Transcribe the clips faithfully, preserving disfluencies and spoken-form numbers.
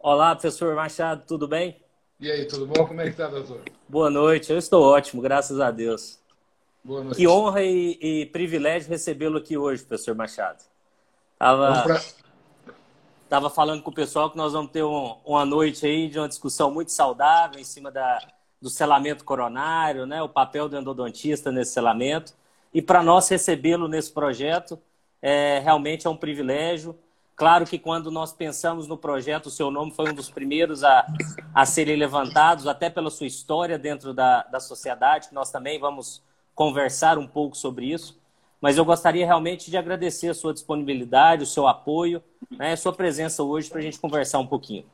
Olá, professor Machado, tudo bem? E aí, tudo bom? Como é que tá, doutor? Boa noite, eu estou ótimo, graças a Deus. Boa Que noite. honra e, e privilégio recebê-lo aqui hoje, professor Machado. É um Tava, pra... tava falando com o pessoal que nós vamos ter um- uma noite aí de uma discussão muito saudável em cima da, do selamento coronário, né? O papel do endodontista nesse selamento. E para nós recebê-lo nesse projeto é, realmente é um privilégio. Claro que quando nós pensamos no projeto, o seu nome foi um dos primeiros a, a serem levantados, até pela sua história dentro da, da sociedade, que nós também vamos conversar um pouco sobre isso. Mas eu gostaria realmente de agradecer a sua disponibilidade, o seu apoio, né, a sua presença hoje para a gente conversar um pouquinho.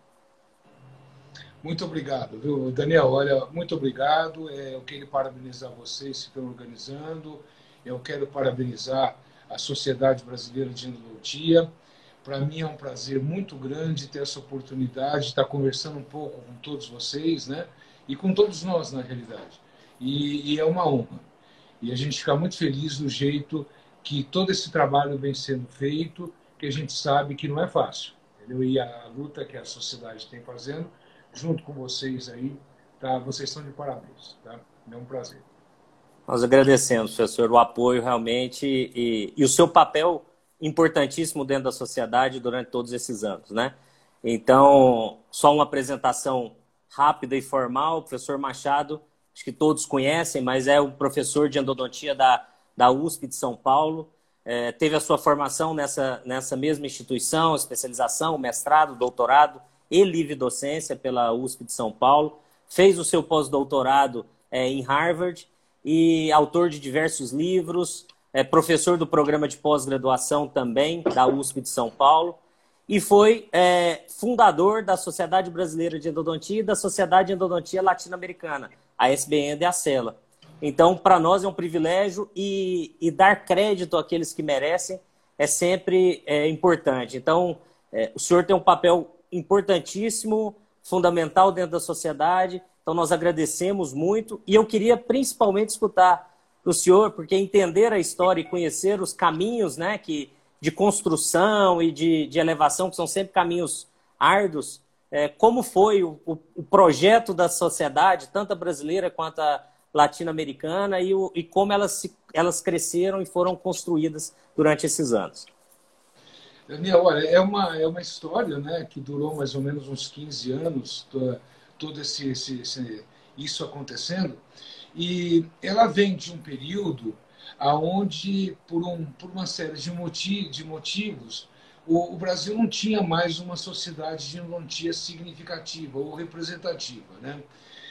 Muito obrigado, viu, Daniel? Olha, muito obrigado. É, eu quero parabenizar vocês que estão organizando. Eu quero parabenizar a Sociedade Brasileira de Endodontia. Para mim é um prazer muito grande ter essa oportunidade de estar conversando um pouco com todos vocês, né? E com todos nós, na realidade. E, e é uma honra. E a gente fica muito feliz do jeito que todo esse trabalho vem sendo feito, que a gente sabe que não é fácil. Entendeu? E a luta que a sociedade tem fazendo, junto com vocês aí, tá? Vocês estão de parabéns, tá? É um prazer. Nós agradecemos, professor, o apoio realmente e, e o seu papel importantíssimo dentro da sociedade durante todos esses anos, né? Então, só uma apresentação rápida e formal. O professor Machado, acho que todos conhecem, mas é o professor de endodontia da, da U S P de São Paulo. É, teve a sua formação nessa, nessa mesma instituição, especialização, mestrado, doutorado e livre docência pela U S P de São Paulo. Fez o seu pós-doutorado é, em Harvard e autor de diversos livros, é professor do programa de pós-graduação também da U S P de São Paulo e foi é, fundador da Sociedade Brasileira de Endodontia e da Sociedade de Endodontia Latino-Americana, a S B N e a CELA. Então, para nós é um privilégio e, e dar crédito àqueles que merecem é sempre é, importante. Então, é, o senhor tem um papel importantíssimo, fundamental dentro da sociedade. Então, nós agradecemos muito e eu queria principalmente escutar do senhor, porque entender a história e conhecer os caminhos, né, que, de construção e de, de elevação, que são sempre caminhos árduos, é, como foi o, o, o projeto da sociedade, tanto a brasileira quanto a latino-americana, e, o, e como elas, se, elas cresceram e foram construídas durante esses anos. Daniel, olha, é uma, é uma história, né, que durou mais ou menos uns quinze anos, toda, todo esse, esse, esse, isso acontecendo, e ela vem de um período aonde, por, um, por uma série de, motiv, de motivos, o, o Brasil não tinha mais uma sociedade de endodontia significativa ou representativa, né?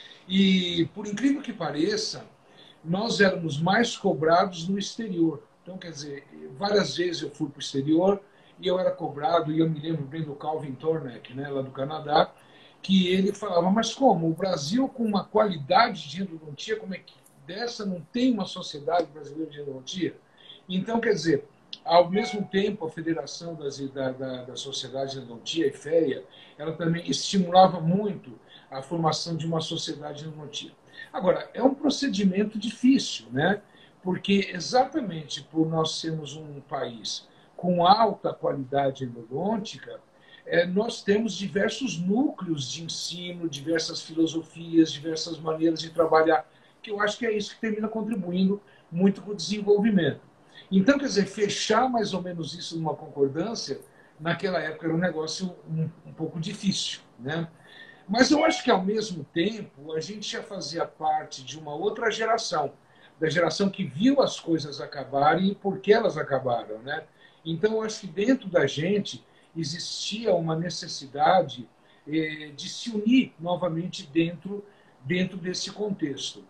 E, por incrível que pareça, nós éramos mais cobrados no exterior. Então, quer dizer, várias vezes eu fui para o exterior e eu era cobrado, e eu me lembro bem do Calvin Tornek, né, lá do Canadá, que ele falava, mas como? O Brasil, com uma qualidade de endodontia como é que dessa, não tem uma sociedade brasileira de endodontia? Então, quer dizer, ao mesmo tempo, a Federação das, da, da, da Sociedade de Endodontia, a IFEA, ela também estimulava muito a formação de uma sociedade de endodontia. Agora, é um procedimento difícil, né? Porque exatamente por nós sermos um país com alta qualidade endodôntica, é, nós temos diversos núcleos de ensino, diversas filosofias, diversas maneiras de trabalhar, que eu acho que é isso que termina contribuindo muito para o desenvolvimento. Então, quer dizer, fechar mais ou menos isso numa concordância, naquela época era um negócio um, um pouco difícil, né? Mas eu acho que, ao mesmo tempo, a gente já fazia parte de uma outra geração, da geração que viu as coisas acabarem e por que elas acabaram, né? Então, eu acho que dentro da gente existia uma necessidade eh, de se unir novamente dentro, dentro desse contexto.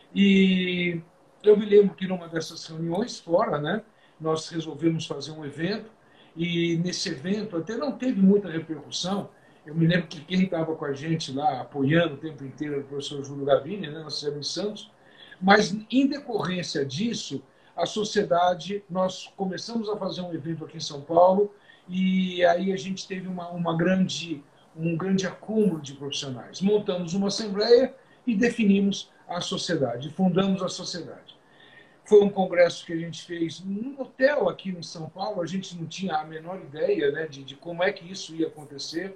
E eu me lembro que numa dessas reuniões fora, né, nós resolvemos fazer um evento, e nesse evento até não teve muita repercussão. Eu me lembro que quem estava com a gente lá, apoiando o tempo inteiro, era o professor Júlio Gavini, né, nós estamos em Santos, mas em decorrência disso, a sociedade, nós começamos a fazer um evento aqui em São Paulo, e aí a gente teve uma, uma grande, um grande acúmulo de profissionais. Montamos uma assembleia e definimos a sociedade, fundamos a sociedade. Foi um congresso que a gente fez num hotel aqui em São Paulo, a gente não tinha a menor ideia, né, de, de como é que isso ia acontecer.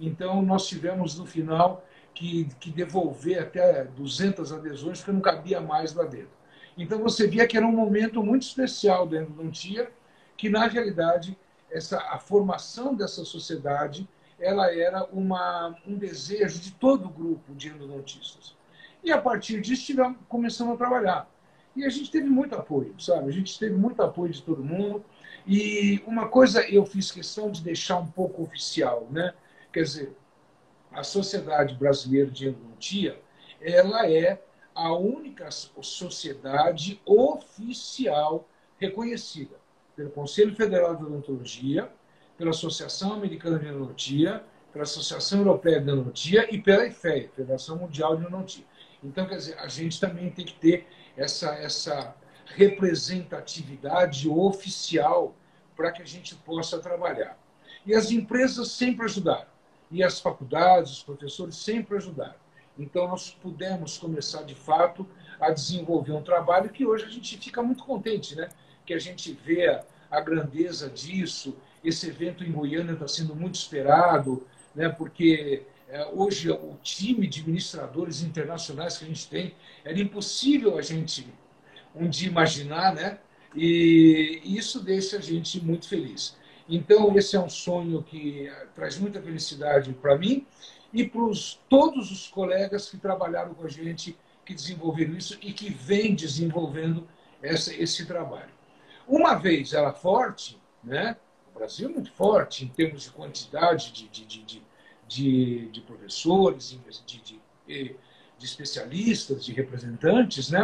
Então, nós tivemos, no final, que, que devolver até duzentas adesões, porque não cabia mais lá dentro. Então, você via que era um momento muito especial dentro do Endodontia, que, na realidade, essa, a formação dessa sociedade ela era uma, um desejo de todo o grupo de endodontistas. E, a partir disso, tivemos, começamos a trabalhar. E a gente teve muito apoio, sabe? A gente teve muito apoio de todo mundo. E uma coisa eu fiz questão de deixar um pouco oficial, né? Quer dizer, a Sociedade Brasileira de Endodontia, ela é a única sociedade oficial reconhecida pelo Conselho Federal de Odontologia, pela Associação Americana de Endodontia, pela Associação Europeia de Endodontia e pela I F E A, Federação Mundial de Endodontia. Então, quer dizer, a gente também tem que ter essa, essa representatividade oficial para que a gente possa trabalhar. E as empresas sempre ajudaram, e as faculdades, os professores sempre ajudaram. Então, nós pudemos começar, de fato, a desenvolver um trabalho que hoje a gente fica muito contente, né? Que a gente vê a, a grandeza disso. Esse evento em Goiânia está sendo muito esperado, né? Porque é, hoje o time de ministradores internacionais que a gente tem, era impossível a gente um dia imaginar, né? E isso deixa a gente muito feliz. Então, esse é um sonho que traz muita felicidade para mim e para os, todos os colegas que trabalharam com a gente, que desenvolveram isso e que vêm desenvolvendo essa, esse trabalho. Uma vez ela forte, né? O Brasil é muito forte em termos de quantidade de, de, de, de, de professores, de, de, de especialistas, de representantes, né?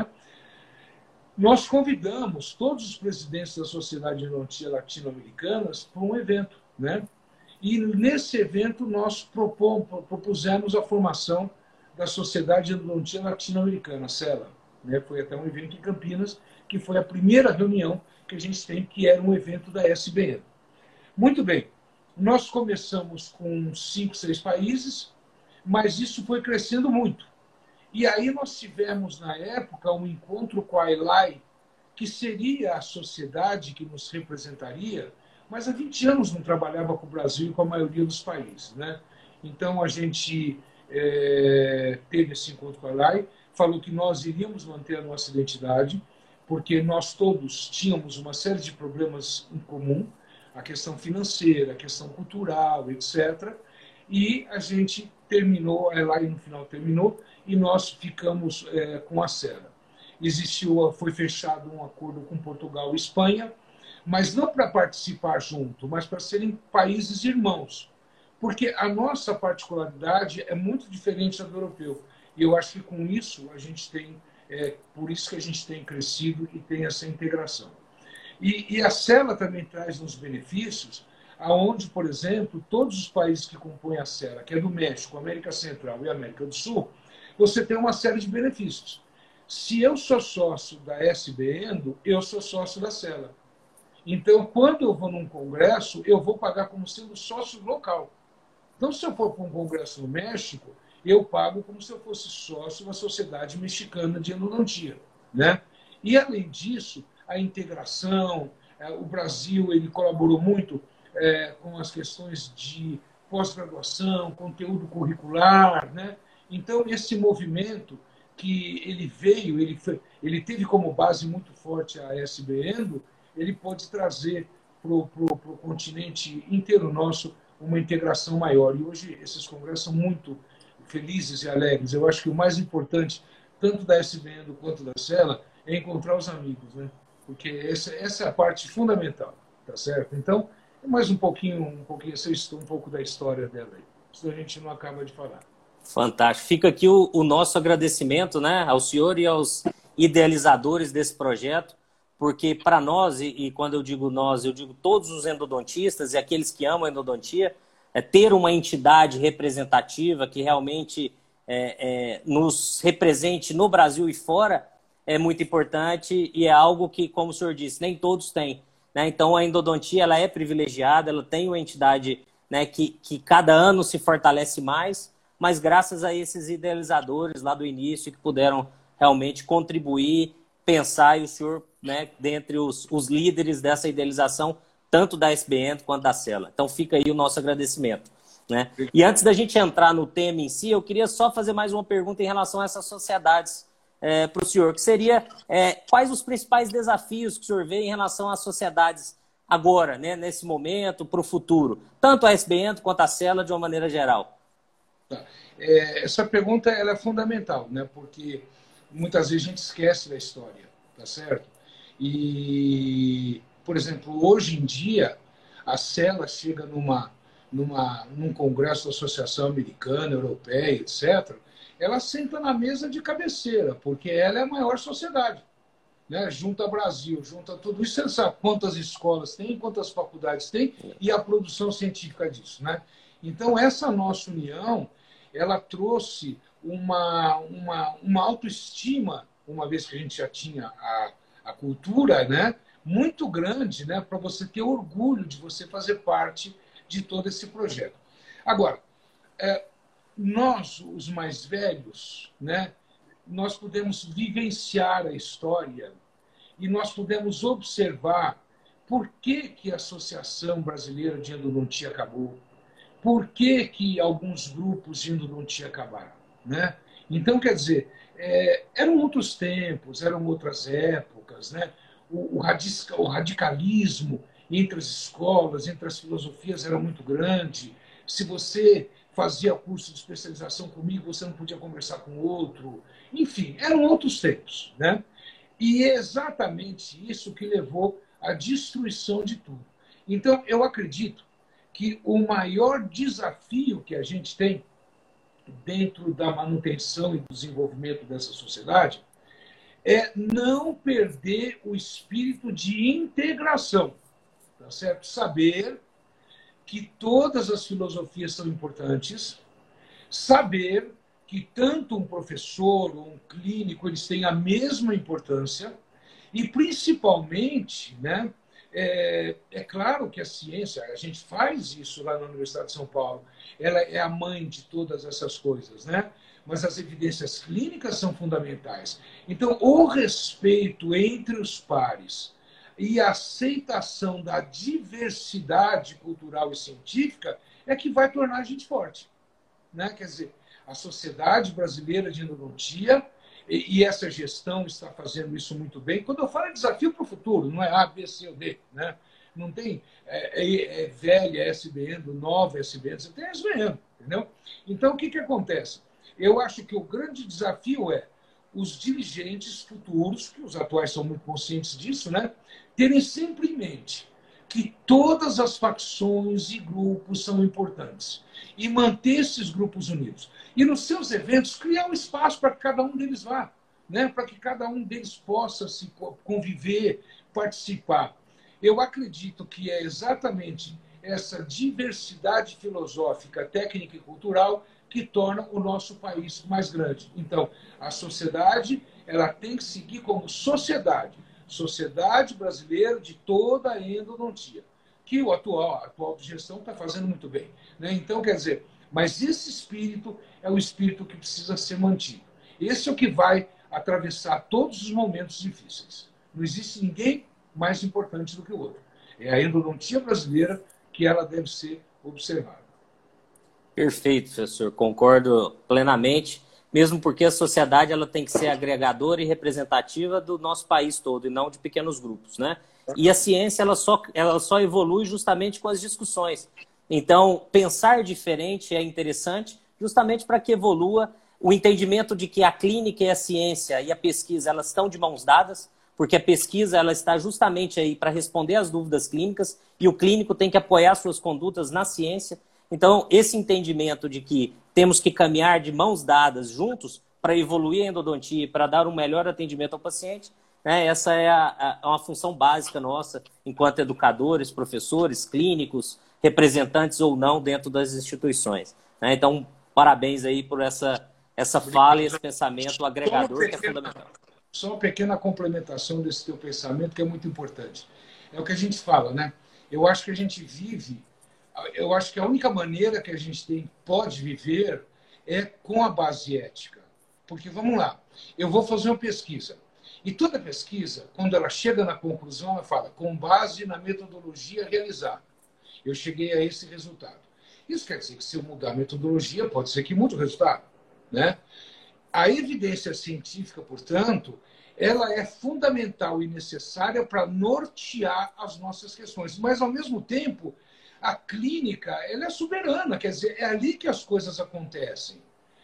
Nós convidamos todos os presidentes da Sociedade de Endodontia Latino-Americanas para um evento, né? E nesse evento nós propom, propusemos a formação da Sociedade de Endodontia Latino-Americana, a SELA, né? Foi até um evento em Campinas, que foi a primeira reunião que a gente tem, que era um evento da S B N. Muito bem, nós começamos com cinco, seis países, mas isso foi crescendo muito. E aí nós tivemos, na época, um encontro com a ELAI, que seria a sociedade que nos representaria, mas há vinte anos não trabalhava com o Brasil e com a maioria dos países, né? Então, a gente é, teve esse encontro com a ELAI, falou que nós iríamos manter a nossa identidade, porque nós todos tínhamos uma série de problemas em comum, a questão financeira, a questão cultural, etcétera. E a gente terminou, a ELAI no final terminou, e nós ficamos é, com a SELA. Existiu, foi fechado um acordo com Portugal e Espanha, mas não para participar junto, mas para serem países irmãos. Porque a nossa particularidade é muito diferente da do europeu. E eu acho que com isso a gente tem, é, por isso que a gente tem crescido e tem essa integração. E, e a SELA também traz uns benefícios, aonde, por exemplo, todos os países que compõem a SELA, que é do México, América Central e América do Sul, você tem uma série de benefícios. Se eu sou sócio da S B Endo, eu sou sócio da SELA. Então, quando eu vou num congresso, eu vou pagar como sendo sócio local. Então, se eu for para um congresso no México, eu pago como se eu fosse sócio da Sociedade Mexicana de Endodontia, né? E, além disso, a integração, o Brasil ele colaborou muito é, com as questões de pós-graduação, conteúdo curricular, né? Então, esse movimento que ele veio, ele, foi, ele teve como base muito forte a S B Endo, ele pode trazer para o continente inteiro nosso uma integração maior. E hoje esses congressos são muito felizes e alegres. Eu acho que o mais importante, tanto da S B Endo quanto da SELA, é encontrar os amigos, né? Porque essa, essa é a parte fundamental, tá certo? Então, é mais um pouquinho, um pouquinho, um pouco da história dela aí. Senão a gente não acaba de falar. Fantástico. Fica aqui o, o nosso agradecimento, né, ao senhor e aos idealizadores desse projeto, porque para nós, e, e quando eu digo nós, eu digo todos os endodontistas e aqueles que amam a endodontia, é ter uma entidade representativa que realmente é, é, nos represente no Brasil e fora é muito importante e é algo que, como o senhor disse, nem todos têm, né? Então, a endodontia ela é privilegiada, ela tem uma entidade, né, que, que cada ano se fortalece mais, mas graças a esses idealizadores lá do início que puderam realmente contribuir, pensar, e o senhor, né, dentre os, os líderes dessa idealização, tanto da S B N quanto da SELA. Então fica aí o nosso agradecimento. né? E antes da gente entrar no tema em si, eu queria só fazer mais uma pergunta em relação a essas sociedades é, para o senhor, que seria é, quais os principais desafios que o senhor vê em relação às sociedades agora, né, nesse momento, para o futuro, tanto a S B Ento quanto a Cela de uma maneira geral? Tá. É, essa pergunta ela é fundamental, né? Porque muitas vezes a gente esquece da história, tá certo? E, por exemplo, hoje em dia, a Cela chega numa, numa, num congresso da Associação Americana, Europeia, etcétera, ela senta na mesa de cabeceira, porque ela é a maior sociedade. Né? Junta Brasil, junta tudo isso, você sabe quantas escolas tem, quantas faculdades tem e a produção científica disso. Né? Então, essa nossa união, ela trouxe uma, uma, uma autoestima, uma vez que a gente já tinha a, a cultura, né? Muito grande, né? Para você ter orgulho de você fazer parte de todo esse projeto. Agora, é, nós, os mais velhos, né? Nós podemos vivenciar a história e nós podemos observar por que, que a Associação Brasileira de Endodontia acabou, por que, que alguns grupos de endodontia acabaram. Né? Então, quer dizer, é, eram outros tempos, eram outras épocas, né? o, o, radica, o radicalismo entre as escolas, entre as filosofias era muito grande. Se você fazia curso de especialização comigo, você não podia conversar com outro. Enfim, eram outros tempos. Né? E é exatamente isso que levou à destruição de tudo. Então, eu acredito que o maior desafio que a gente tem dentro da manutenção e desenvolvimento dessa sociedade é não perder o espírito de integração. Tá certo? Saber que todas as filosofias são importantes, saber que tanto um professor ou um clínico eles têm a mesma importância e, principalmente, né, é, é claro que a ciência, a gente faz isso lá na Universidade de São Paulo, ela é a mãe de todas essas coisas, né? Mas as evidências clínicas são fundamentais. Então, o respeito entre os pares e a aceitação da diversidade cultural e científica é que vai tornar a gente forte. Né? Quer dizer, a Sociedade Brasileira de Endodontia, e essa gestão está fazendo isso muito bem. Quando eu falo é desafio para o futuro, não é A, B, C ou D. Né? Não tem é, é, é velha S B Endo, nova S B Endo, você tem S B Endo. Entendeu? Então, o que, que acontece? Eu acho que o grande desafio é os dirigentes futuros, que os atuais são muito conscientes disso, né? Terem sempre em mente que todas as facções e grupos são importantes e manter esses grupos unidos. E nos seus eventos, criar um espaço para que cada um deles vá, né? Para que cada um deles possa se conviver, participar. Eu acredito que é exatamente essa diversidade filosófica, técnica e cultural que torna o nosso país mais grande. Então, a sociedade ela tem que seguir como sociedade, Sociedade Brasileira de toda a endodontia, que o atual, a atual gestão está fazendo muito bem. Né? Então, quer dizer, mas esse espírito é o espírito que precisa ser mantido. Esse é o que vai atravessar todos os momentos difíceis. Não existe ninguém mais importante do que o outro. É a endodontia brasileira que ela deve ser observada. Perfeito, professor. Concordo plenamente. Mesmo porque a sociedade ela tem que ser agregadora e representativa do nosso país todo, e não de pequenos grupos. Né? E a ciência ela só, ela só evolui justamente com as discussões. Então, pensar diferente é interessante justamente para que evolua o entendimento de que a clínica e a ciência e a pesquisa elas estão de mãos dadas, porque a pesquisa ela está justamente aí para responder às dúvidas clínicas e o clínico tem que apoiar suas condutas na ciência. Então, esse entendimento de que temos que caminhar de mãos dadas juntos para evoluir a endodontia e para dar um melhor atendimento ao paciente, né, essa é a, a, uma função básica nossa enquanto educadores, professores, clínicos, representantes ou não dentro das instituições. Né? Então, parabéns aí por essa, essa fala e esse pensamento agregador pequena, que é fundamental. Só uma pequena complementação desse teu pensamento que é muito importante. É o que a gente fala, né? Eu acho que a gente vive... Eu acho que a única maneira que a gente tem, pode viver é com a base ética. Porque, vamos lá, eu vou fazer uma pesquisa. E toda pesquisa, quando ela chega na conclusão, ela fala, com base na metodologia realizada. Eu cheguei a esse resultado. Isso quer dizer que, se eu mudar a metodologia, pode ser que mude o resultado, né? A evidência científica, portanto, ela é fundamental e necessária para nortear as nossas questões. Mas, ao mesmo tempo, a clínica ela é soberana, quer dizer, é ali que as coisas acontecem.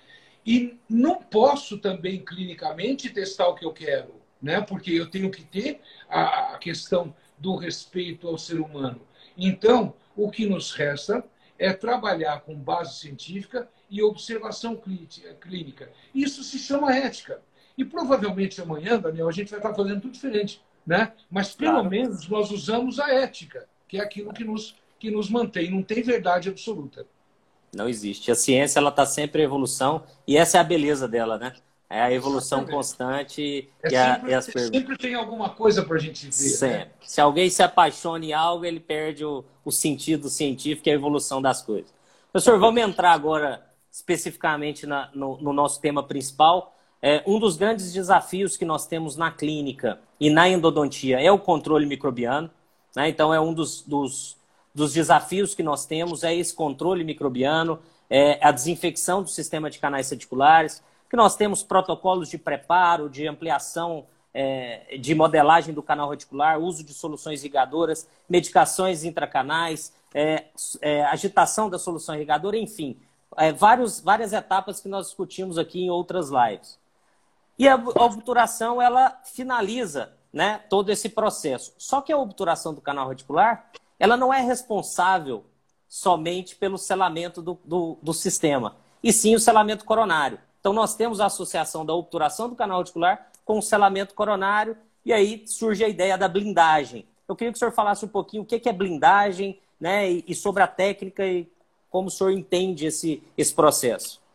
E não posso também, clinicamente, testar o que eu quero, né? Porque eu tenho que ter a questão do respeito ao ser humano. Então, o que nos resta é trabalhar com base científica e observação clínica. Isso se chama ética. E provavelmente amanhã, Daniel, a gente vai estar fazendo tudo diferente, né? Mas pelo Claro. menos nós usamos a ética, que é aquilo que nos, que nos mantém. Não tem verdade absoluta. Não existe. A ciência ela está sempre em evolução e essa é a beleza dela, né? É a evolução Exatamente. constante É e, a, sempre, e as perguntas. sempre tem alguma coisa para a gente ver. Sempre. Né? Se alguém se apaixona em algo, ele perde o, o sentido científico e a evolução das coisas. Professor, vamos entrar agora especificamente na, no, no nosso tema principal. É, um dos grandes desafios que nós temos na clínica e na endodontia é o controle microbiano, né? Então, é um dos, dos, dos desafios que nós temos, é esse controle microbiano, é a desinfecção do sistema de canais reticulares, que nós temos protocolos de preparo, de ampliação, é, de modelagem do canal reticular, uso de soluções irrigadoras, medicações intracanais, é, é, agitação da solução irrigadora, enfim, é, vários, várias etapas que nós discutimos aqui em outras lives. E a obturação, ela finaliza, né, todo esse processo. Só que a obturação do canal reticular, ela não é responsável somente pelo selamento do, do, do sistema, e sim o selamento coronário. Então, nós temos a associação da obturação do canal reticular com o selamento coronário, e aí surge a ideia da blindagem. Eu queria que o senhor falasse um pouquinho o que é blindagem, né, e, e sobre a técnica e como o senhor entende esse, esse processo.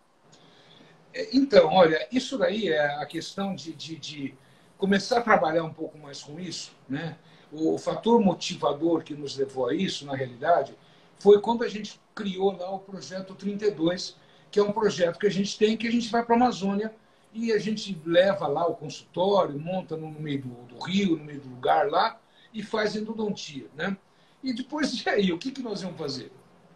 Então, olha, isso daí é a questão de, de, de começar a trabalhar um pouco mais com isso, né? O fator motivador que nos levou a isso, na realidade, foi quando a gente criou lá o Projeto trinta e dois, que é um projeto que a gente tem, que a gente vai para a Amazônia e a gente leva lá o consultório, monta no meio do, do rio, no meio do lugar lá, e faz endodontia, né? E depois, e aí, o que, que nós vamos fazer?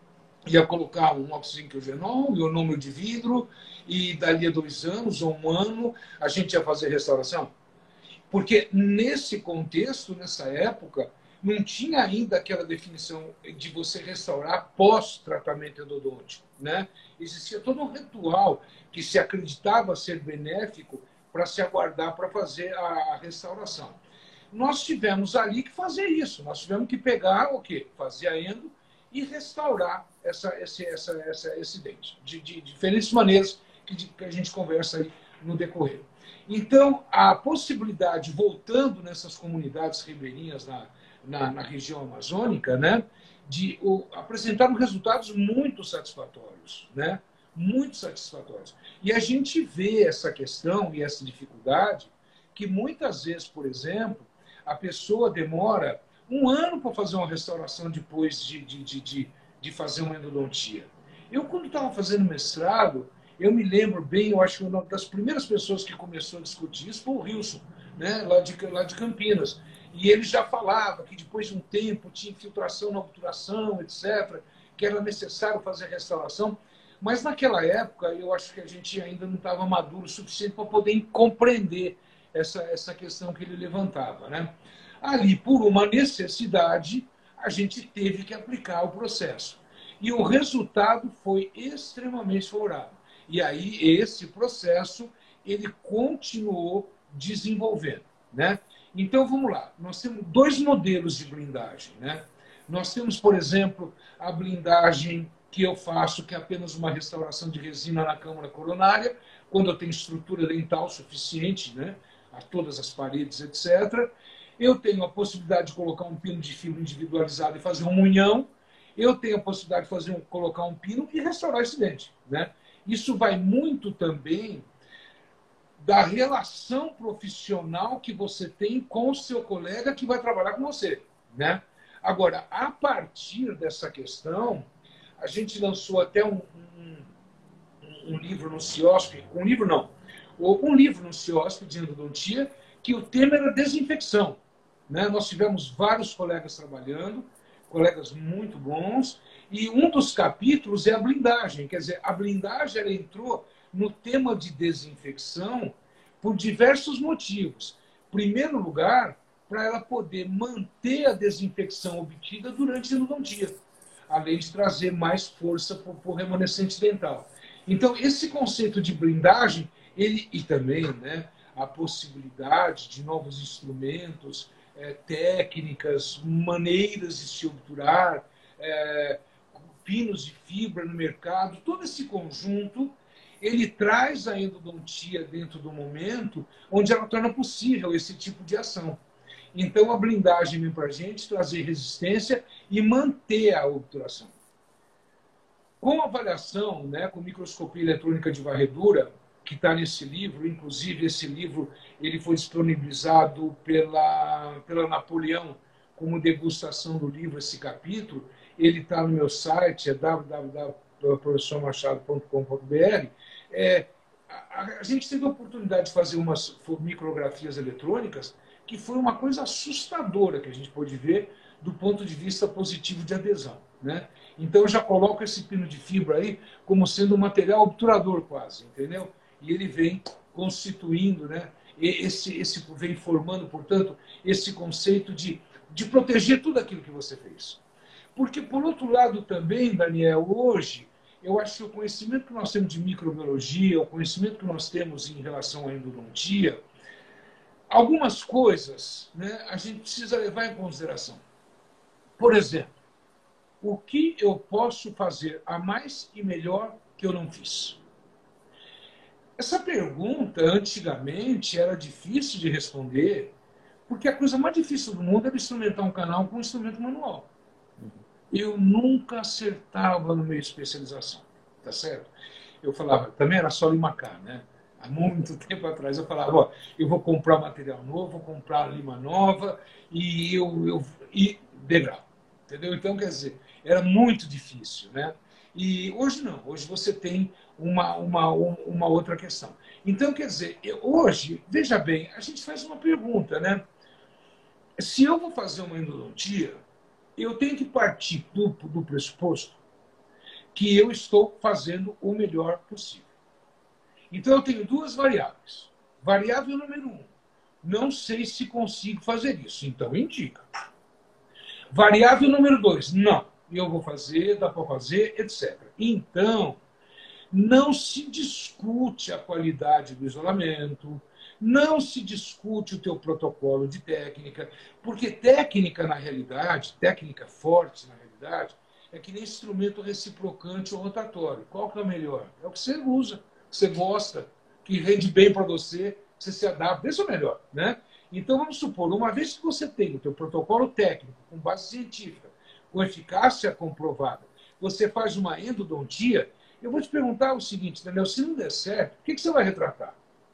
Ia colocar um oxigênio, ionômero de vidro, e dali a dois anos ou um ano a gente ia fazer restauração. Porque nesse contexto, nessa época, não tinha ainda aquela definição de você restaurar pós-tratamento endodôntico, né? Existia todo um ritual que se acreditava ser benéfico para se aguardar para fazer a restauração. Nós tivemos ali que fazer isso, nós tivemos que pegar o quê? Fazer a endo e restaurar essa, esse, essa, essa, esse dente, de, de diferentes maneiras que, de, que a gente conversa aí no decorrer. Então, a possibilidade, voltando nessas comunidades ribeirinhas na, na, na região amazônica, né, de o, apresentar resultados muito satisfatórios, né, muito satisfatórios. E a gente vê essa questão e essa dificuldade que muitas vezes, por exemplo, a pessoa demora um ano para fazer uma restauração depois de, de, de, de, de fazer uma endodontia. Eu, quando estava fazendo mestrado, eu me lembro bem, eu acho que uma das primeiras pessoas que começou a discutir isso foi o Wilson, né, lá, de, lá de Campinas. E ele já falava que depois de um tempo tinha infiltração na obturação, etcétera, que era necessário fazer restauração. Mas naquela época, eu acho que a gente ainda não estava maduro o suficiente para poder compreender essa, essa questão que ele levantava, né? Ali, por uma necessidade, a gente teve que aplicar o processo. E o resultado foi extremamente favorável. E aí, esse processo, ele continuou desenvolvendo, né? Então, vamos lá. Nós temos dois modelos de blindagem, né? Nós temos, por exemplo, a blindagem que eu faço, que é apenas uma restauração de resina na câmara coronária, quando eu tenho estrutura dental suficiente, né? A todas as paredes, etcétera. Eu tenho a possibilidade de colocar um pino de fibra individualizado e fazer um munhão. Eu tenho a possibilidade de fazer um, colocar um pino e restaurar esse dente, né? Isso vai muito também da relação profissional que você tem com o seu colega que vai trabalhar com você, né? Agora, a partir dessa questão, a gente lançou até um, um, um livro no CIOSP, um livro não, um livro no CIOSP de endodontia, que o tema era desinfecção, né? Nós tivemos vários colegas trabalhando, colegas muito bons, e um dos capítulos é a blindagem. Quer dizer, a blindagem ela entrou no tema de desinfecção por diversos motivos. Em primeiro lugar, para ela poder manter a desinfecção obtida durante a endodontia, além de trazer mais força para o remanescente dental. Então, esse conceito de blindagem, ele, e também, né, a possibilidade de novos instrumentos, é, técnicas, maneiras de se obturar, é, pinos de fibra no mercado, todo esse conjunto, ele traz a endodontia dentro do momento onde ela torna possível esse tipo de ação. Então, a blindagem vem para a gente trazer resistência e manter a obturação. Com a avaliação, né, com microscopia eletrônica de varredura, que está nesse livro, inclusive esse livro ele foi disponibilizado pela, pela Napoleão como degustação do livro, esse capítulo, ele está no meu site, é w w w ponto professor machado ponto com ponto b r. É, a, a gente teve a oportunidade de fazer umas micrografias eletrônicas que foi uma coisa assustadora que a gente pôde ver do ponto de vista positivo de adesão, né? Então, eu já coloco esse pino de fibra aí como sendo um material obturador quase, entendeu? E ele vem constituindo, né? Esse, esse vem formando, portanto, esse conceito de, de proteger tudo aquilo que você fez. Porque, por outro lado também, Daniel, hoje, eu acho que o conhecimento que nós temos de microbiologia, o conhecimento que nós temos em relação à endodontia, algumas coisas, né, a gente precisa levar em consideração. Por exemplo, o que eu posso fazer a mais e melhor que eu não fiz? Essa pergunta, antigamente, era difícil de responder, porque a coisa mais difícil do mundo era instrumentar um canal com um instrumento manual. Eu nunca acertava no meio de especialização, tá certo? Eu falava, também era só limacar, né? Há muito tempo atrás eu falava, ó, eu vou comprar material novo, vou comprar lima nova e eu, eu e degrau, entendeu? Então, quer dizer, era muito difícil, né? E hoje não, hoje você tem uma, uma, uma outra questão. Então, quer dizer, hoje, veja bem, a gente faz uma pergunta, né? Se eu vou fazer uma endodontia, eu tenho que partir do, do pressuposto que eu estou fazendo o melhor possível. Então, eu tenho duas variáveis. Variável número um, não sei se consigo fazer isso, então indica. Variável número dois, não, eu vou fazer, dá para fazer, etcétera. Então, não se discute a qualidade do isolamento, não se discute o teu protocolo de técnica, porque técnica, na realidade, técnica forte, na realidade, é que nem instrumento reciprocante ou rotatório. Qual que é o melhor? É o que você usa, que você gosta, que rende bem para você, que você se adapta. Esse é o melhor, né? Então, vamos supor, uma vez que você tem o teu protocolo técnico, com base científica, com eficácia comprovada, você faz uma endodontia, eu vou te perguntar o seguinte, Daniel, se não der certo, o que, que você vai retratar?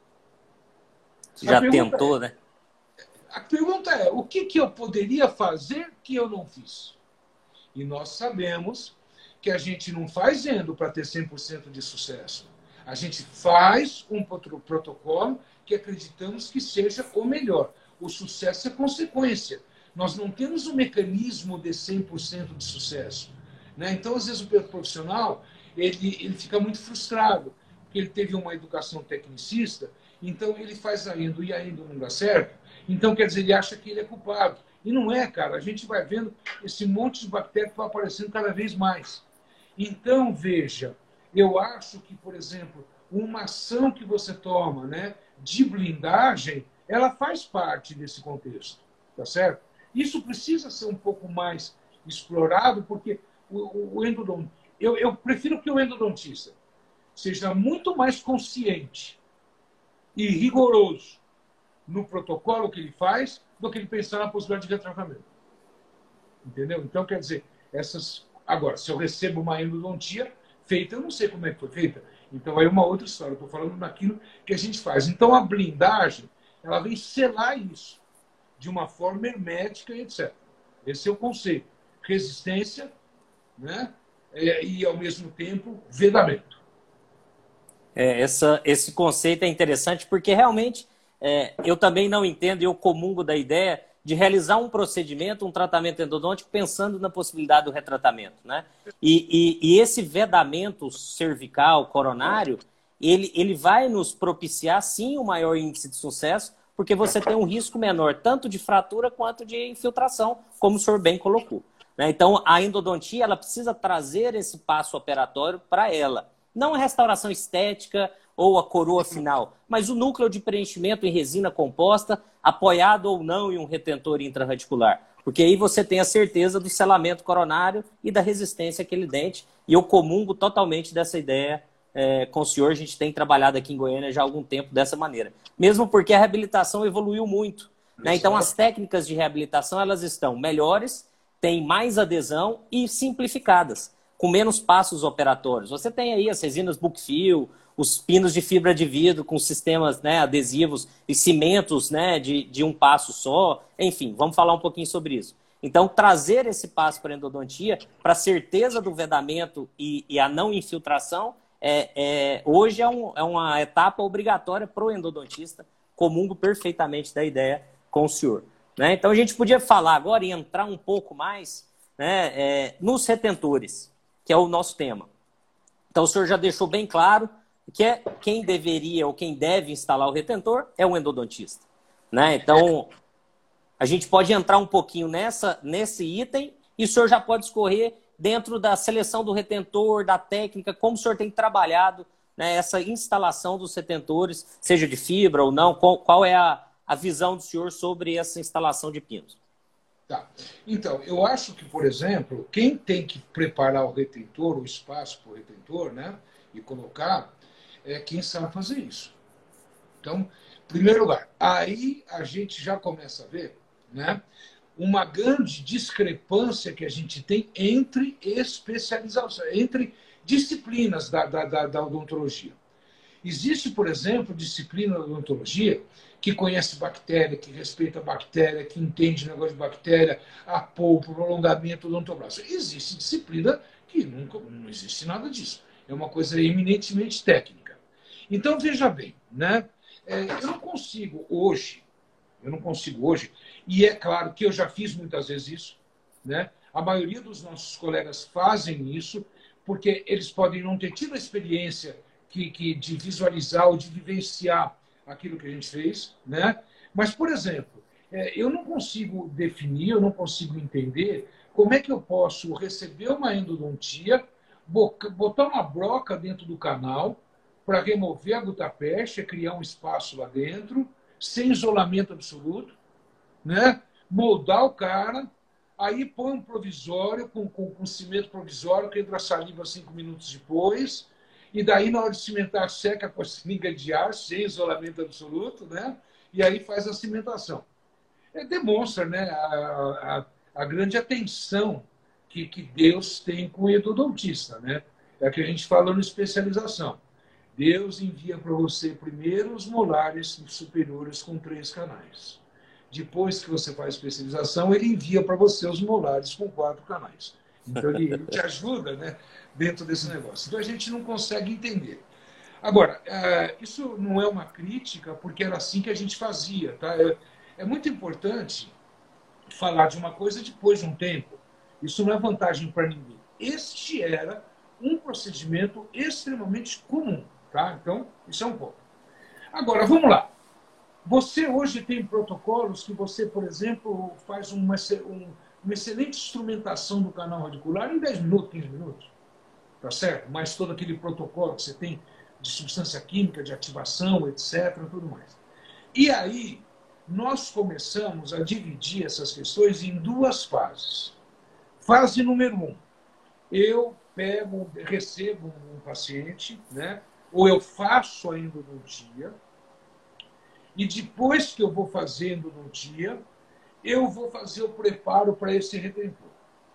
Já tentou, é, né? A pergunta é, o que, que eu poderia fazer que eu não fiz? E nós sabemos que a gente não faz endo para ter cem por cento de sucesso. A gente faz um protocolo que acreditamos que seja o melhor. O sucesso é consequência. Nós não temos um mecanismo de cem por cento de sucesso, né? Então, às vezes, o profissional ele, ele fica muito frustrado, porque ele teve uma educação tecnicista, então ele faz a endo e a endo não dá certo. Então, quer dizer, ele acha que ele é culpado. E não é, cara. A gente vai vendo esse monte de bactéria que vai aparecendo cada vez mais. Então, veja, eu acho que, por exemplo, uma ação que você toma, né, de blindagem, ela faz parte desse contexto, tá certo? Isso precisa ser um pouco mais explorado, porque o, o endodontista, eu, eu prefiro que o endodontista seja muito mais consciente e rigoroso no protocolo que ele faz do que ele pensar na possibilidade de retratamento. Entendeu? Então, quer dizer, essas... Agora, se eu recebo uma endodontia feita, eu não sei como é que foi feita. Então, aí é uma outra história. Eu estou falando daquilo que a gente faz. Então, a blindagem, ela vem selar isso de uma forma hermética e etcétera. Esse é o conceito. Resistência, né? E, ao mesmo tempo, vedamento. É, essa, esse conceito é interessante porque, realmente, é, eu também não entendo, eu comungo da ideia de realizar um procedimento, um tratamento endodôntico, pensando na possibilidade do retratamento, né? E, e, e esse vedamento cervical, coronário, ele, ele vai nos propiciar, sim, um maior índice de sucesso, porque você tem um risco menor, tanto de fratura quanto de infiltração, como o senhor bem colocou, né? Então, a endodontia, ela precisa trazer esse passo operatório para ela. Não a restauração estética ou a coroa final, mas o núcleo de preenchimento em resina composta, apoiado ou não em um retentor intraradicular. Porque aí você tem a certeza do selamento coronário e da resistência àquele dente. E eu comungo totalmente dessa ideia é, com o senhor. A gente tem trabalhado aqui em Goiânia já há algum tempo dessa maneira. Mesmo porque a reabilitação evoluiu muito, né? Então, as técnicas de reabilitação, elas estão melhores, têm mais adesão e simplificadas, com menos passos operatórios. Você tem aí as resinas Bookfill, os pinos de fibra de vidro com sistemas, né, adesivos e cimentos, né, de, de um passo só. Enfim, vamos falar um pouquinho sobre isso. Então, trazer esse passo para a endodontia, para a certeza do vedamento e, e a não infiltração, é, é, hoje é, um, é uma etapa obrigatória para o endodontista. Comungo perfeitamente da ideia com o senhor, né? Então, a gente podia falar agora e entrar um pouco mais, né, é, nos retentores, que é o nosso tema. Então, o senhor já deixou bem claro que é quem deveria ou quem deve instalar o retentor é o endodontista, né? Então, a gente pode entrar um pouquinho nessa, nesse item e o senhor já pode escorrer dentro da seleção do retentor, da técnica, como o senhor tem trabalhado, né, essa instalação dos retentores, seja de fibra ou não, qual, qual é a, a visão do senhor sobre essa instalação de pinos? Tá. Então, eu acho que, por exemplo, quem tem que preparar o retentor, o espaço para o retentor, né, e colocar, é quem sabe fazer isso. Então, em primeiro lugar, aí a gente já começa a ver, né, uma grande discrepância que a gente tem entre especialização, entre disciplinas da, da, da, da odontologia. Existe, por exemplo, disciplina da odontologia que conhece bactéria, que respeita a bactéria, que entende o negócio de bactéria, a polpa, o prolongamento odontoblástico. Existe disciplina que nunca, não existe nada disso. É uma coisa eminentemente técnica. Então, veja bem, né? É, eu não consigo hoje, eu não consigo hoje, e é claro que eu já fiz muitas vezes isso, né? A maioria dos nossos colegas fazem isso porque eles podem não ter tido a experiência que, que de visualizar ou de vivenciar aquilo que a gente fez, né? Mas, por exemplo, é, eu não consigo definir, eu não consigo entender como é que eu posso receber uma endodontia, botar uma broca dentro do canal para remover a gutapeste, criar um espaço lá dentro, sem isolamento absoluto, né? Moldar o cara, aí põe um provisório, com, com, com cimento provisório, que entra a saliva cinco minutos depois, e daí, na hora de cimentar, seca com a seringa de ar, sem isolamento absoluto, né? E aí faz a cimentação. É, demonstra, né, a, a, a grande atenção que, que Deus tem com o endodontista, né? É o que a gente fala no especialização. Deus envia para você primeiro os molares superiores com três canais. Depois que você faz a especialização, ele envia para você os molares com quatro canais. Então, ele, ele te ajuda, né, dentro desse negócio. Então, a gente não consegue entender. Agora, isso não é uma crítica, porque era assim que a gente fazia. Tá? É muito importante falar de uma coisa depois de um tempo. Isso não é vantagem para ninguém. Este era um procedimento extremamente comum. Tá? Então, isso é um ponto. Agora, vamos lá. Você hoje tem protocolos que você, por exemplo, faz uma, uma excelente instrumentação do canal radicular em dez minutos, quinze minutos. Tá certo? Mas todo aquele protocolo que você tem de substância química, de ativação, etcétera, tudo mais. E aí, nós começamos a dividir essas questões em duas fases. Fase número um. Eu pego, recebo um paciente, né? Ou eu faço a endodontia, e depois que eu vou fazer endodontia, eu vou fazer o preparo para esse retentor.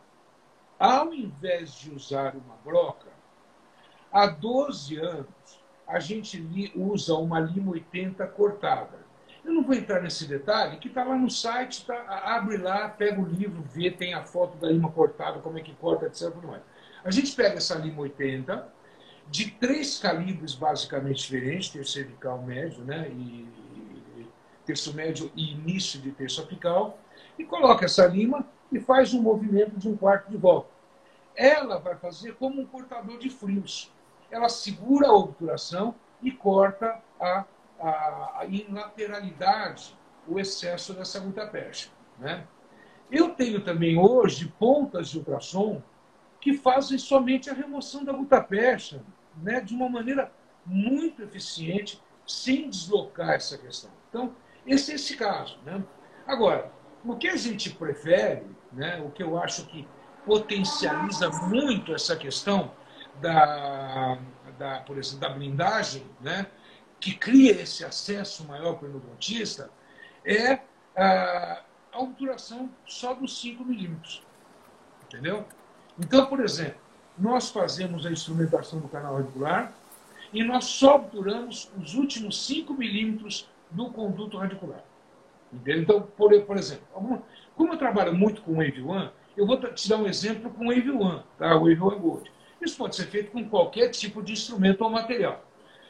Ao invés de usar uma broca, há doze anos, a gente usa uma lima oitenta cortada. Eu não vou entrar nesse detalhe, que está lá no site, tá, abre lá, pega o livro, vê, tem a foto da lima cortada, como é que corta, etcétera. A gente pega essa lima oitenta, de três calibres basicamente diferentes, terço cervical médio, né, e terço médio e início de terço apical, e coloca essa lima e faz um movimento de um quarto de volta. Ela vai fazer como um cortador de frios. Ela segura a obturação e corta a, a, a em lateralidade o excesso dessa gutapercha, né? Eu tenho também hoje pontas de ultrassom que fazem somente a remoção da gutapercha, né, de uma maneira muito eficiente, sem deslocar essa questão. Então, esse é esse caso, né? Agora, o que a gente prefere, né, o que eu acho que potencializa muito essa questão da, da, por exemplo, da blindagem, né, que cria esse acesso maior para o endodontista, é a, a obturação só dos cinco milímetros. Entendeu? Então, por exemplo, nós fazemos a instrumentação do canal radicular e nós só obturamos os últimos cinco milímetros do conduto radicular. Entendeu? Então, por, por exemplo, como eu trabalho muito com o Wave One, eu vou te dar um exemplo com o Wave One, tá? O Wave One Gold. Isso pode ser feito com qualquer tipo de instrumento ou material.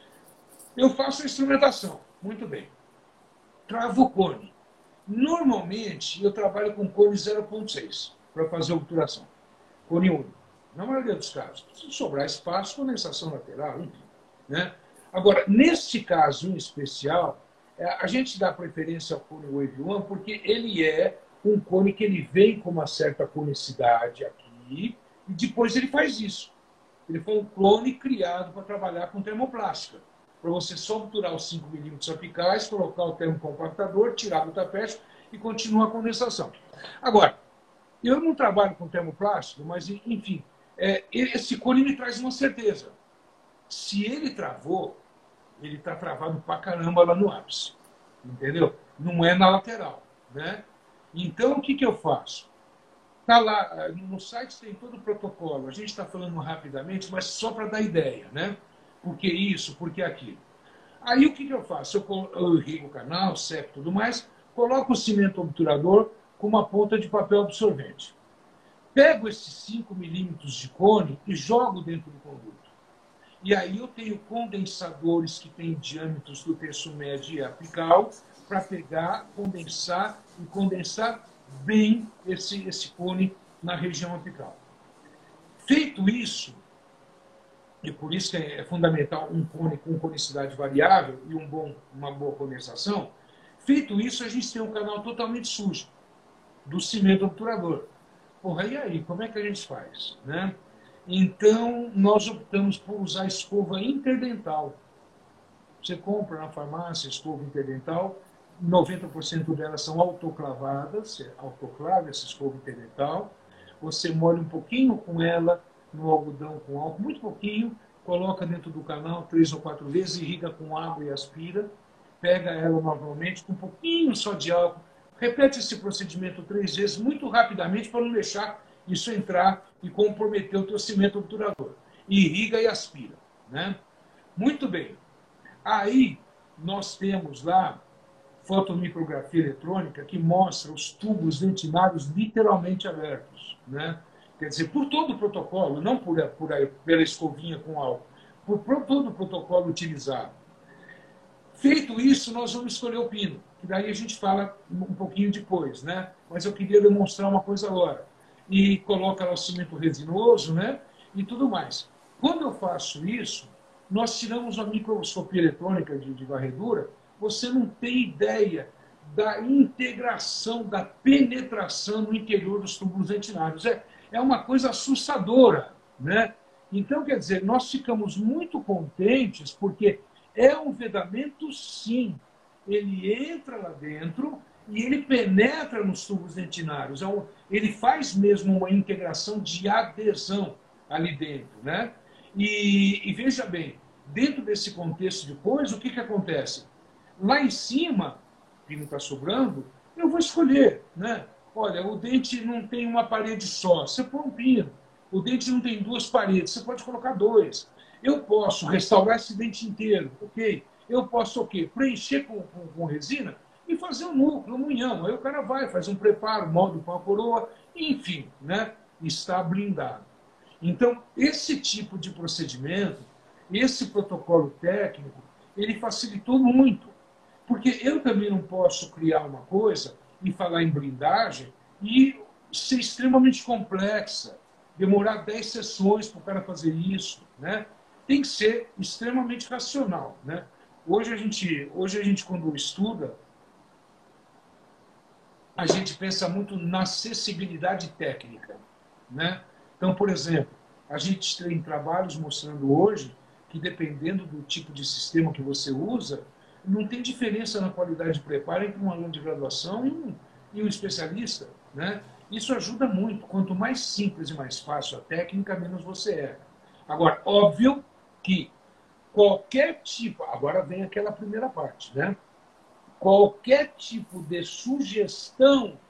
Eu faço a instrumentação, muito bem. Travo o cone. Normalmente, eu trabalho com cone zero ponto seis para fazer a obturação. Cone único. Na maioria dos casos. Se sobrar espaço, condensação lateral, enfim. Né? Agora, neste caso em especial, a gente dá preferência ao cone Wave One porque ele é um cone que ele vem com uma certa conicidade aqui e depois ele faz isso. Ele foi um clone criado para trabalhar com termoplástica. Para você só obturar os cinco milímetros apicais, colocar o termocompactador, tirar do tapete e continuar a condensação. Agora, eu não trabalho com termoplástico, mas, enfim, é, esse cone me traz uma certeza. Se ele travou, ele está travado pra caramba lá no ápice. Entendeu? Não é na lateral. Né? Então, o que, que eu faço? Tá lá, no site tem todo o protocolo. A gente está falando rapidamente, mas só para dar ideia. Né? Por que isso, por que aquilo? Aí, o que, que eu faço? Eu, eu irrigo o canal, seco tudo mais, coloco o cimento obturador com uma ponta de papel absorvente. Pego esses cinco milímetros de cone e jogo dentro do conduto. E aí eu tenho condensadores que têm diâmetros do terço médio e apical para pegar, condensar e condensar bem esse, esse cone na região apical. Feito isso, e por isso que é fundamental um cone com conicidade variável e um bom, uma boa condensação, feito isso, a gente tem um canal totalmente sujo do cimento obturador. Porra, e aí, como é que a gente faz? Né? Então, nós optamos por usar escova interdental. Você compra na farmácia escova interdental, noventa por cento delas são autoclavadas, você autoclava essa escova interdental, você molha um pouquinho com ela no algodão com álcool, muito pouquinho, coloca dentro do canal três ou quatro vezes, irriga com água e aspira, pega ela novamente com um pouquinho só de álcool, repete esse procedimento três vezes, muito rapidamente, para não deixar isso entrar e comprometer o teu cimento obturador. Irriga e aspira. Né? Muito bem. Aí, nós temos lá fotomicrografia eletrônica que mostra os tubos dentinários literalmente abertos. Né? Quer dizer, por todo o protocolo, não por, por, pela escovinha com álcool, por, por todo o protocolo utilizado. Feito isso, nós vamos escolher o pino, que daí a gente fala um pouquinho depois, né? Mas eu queria demonstrar uma coisa agora. E coloca lá o cimento resinoso, né? E tudo mais. Quando eu faço isso, nós tiramos uma microscopia eletrônica de, de varredura, você não tem ideia da integração, da penetração no interior dos túbulos dentinários. É, é uma coisa assustadora, né? Então, quer dizer, nós ficamos muito contentes porque é um vedamento, sim. Ele entra lá dentro e ele penetra nos tubos dentinários. Ele faz mesmo uma integração de adesão ali dentro. Né? E, e veja bem, dentro desse contexto de coisa, o que, que acontece? Lá em cima, o pino está sobrando, eu vou escolher. Né? Olha, o dente não tem uma parede só, você põe um pino. O dente não tem duas paredes, você pode colocar dois. Eu posso restaurar esse dente inteiro, ok? Eu posso o quê? Preencher com, com, com resina e fazer um núcleo, um munhão. Aí o cara vai, faz um preparo, molde com a coroa, enfim, né? Está blindado. Então, esse tipo de procedimento, esse protocolo técnico, ele facilitou muito. Porque eu também não posso criar uma coisa e falar em blindagem e ser extremamente complexa, demorar dez sessões para o cara fazer isso, né? Tem que ser extremamente racional, né? Hoje a gente, hoje a gente quando estuda, a gente pensa muito na acessibilidade técnica, né? Então, por exemplo, a gente tem trabalhos mostrando hoje que, dependendo do tipo de sistema que você usa, não tem diferença na qualidade de preparo entre um aluno de graduação e um, e um especialista, né? Isso ajuda muito. Quanto mais simples e mais fácil a técnica, menos você erra. Agora, óbvio que qualquer tipo... Agora vem aquela primeira parte, né? Qualquer tipo de sugestão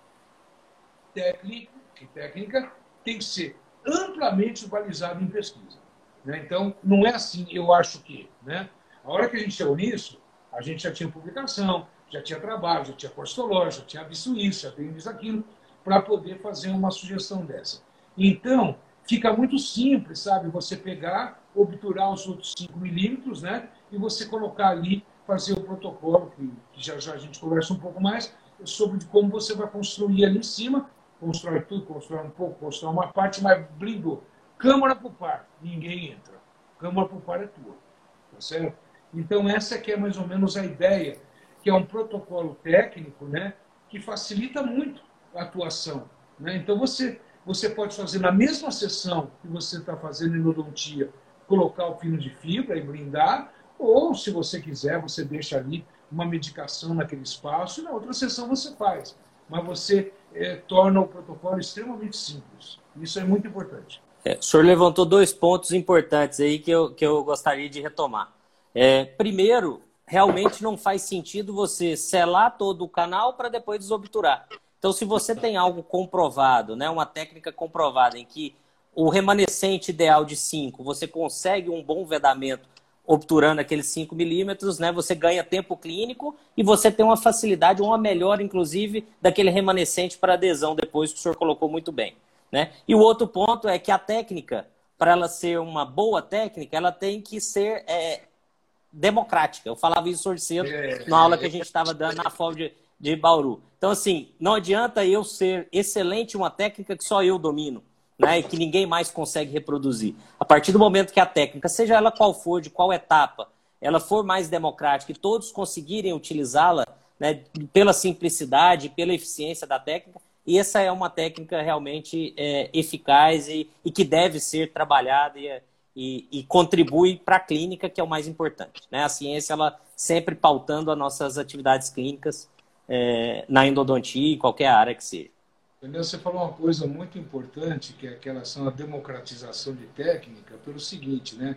técnica, técnica tem que ser amplamente balizado em pesquisa, né? Então, não é assim, eu acho que... Né? A hora que a gente chegou nisso, a gente já tinha publicação, já tinha trabalho, já tinha postológico, já tinha visto isso, já tinha visto aquilo, para poder fazer uma sugestão dessa. Então, fica muito simples, sabe? Você pegar, obturar os outros cinco milímetros, né? E você colocar ali, fazer o protocolo, que, que já, já a gente conversa um pouco mais, sobre como você vai construir ali em cima, constrói tudo, constrói um pouco, constrói uma parte, mas blindou. Câmara por par, ninguém entra. Câmara por par é tua, tá certo? Então, essa que é mais ou menos a ideia, que é um protocolo técnico, né, que facilita muito a atuação, né? Então, você, você pode fazer na mesma sessão que você está fazendo endodontia, colocar o pino de fibra e blindar, ou, se você quiser, você deixa ali uma medicação naquele espaço e na outra sessão você faz. Mas você é, torna o protocolo extremamente simples. Isso é muito importante. É, o senhor levantou dois pontos importantes aí que eu, que eu gostaria de retomar. É, primeiro, realmente não faz sentido você selar todo o canal para depois desobturar. Então, se você tem algo comprovado, né, uma técnica comprovada em que o remanescente ideal de cinco, você consegue um bom vedamento obturando aqueles cinco milímetros, né, você ganha tempo clínico e você tem uma facilidade, uma melhora, inclusive, daquele remanescente para adesão depois, que o senhor colocou muito bem, né? E o outro ponto é que a técnica, para ela ser uma boa técnica, ela tem que ser é, democrática. Eu falava isso hoje cedo na aula que a gente estava dando na F O V de, de Bauru. Então, assim, não adianta eu ser excelente em uma técnica que só eu domino, né, e que ninguém mais consegue reproduzir. A partir do momento que a técnica, seja ela qual for, de qual etapa, ela for mais democrática e todos conseguirem utilizá-la, né, pela simplicidade, pela eficiência da técnica, e essa é uma técnica realmente é, eficaz e, e que deve ser trabalhada e, e, e contribui para a clínica, que é o mais importante, né? A ciência, ela sempre pautando as nossas atividades clínicas é, na endodontia e qualquer área que seja. Você falou uma coisa muito importante, que é aquela relação à democratização de técnica, pelo seguinte, né?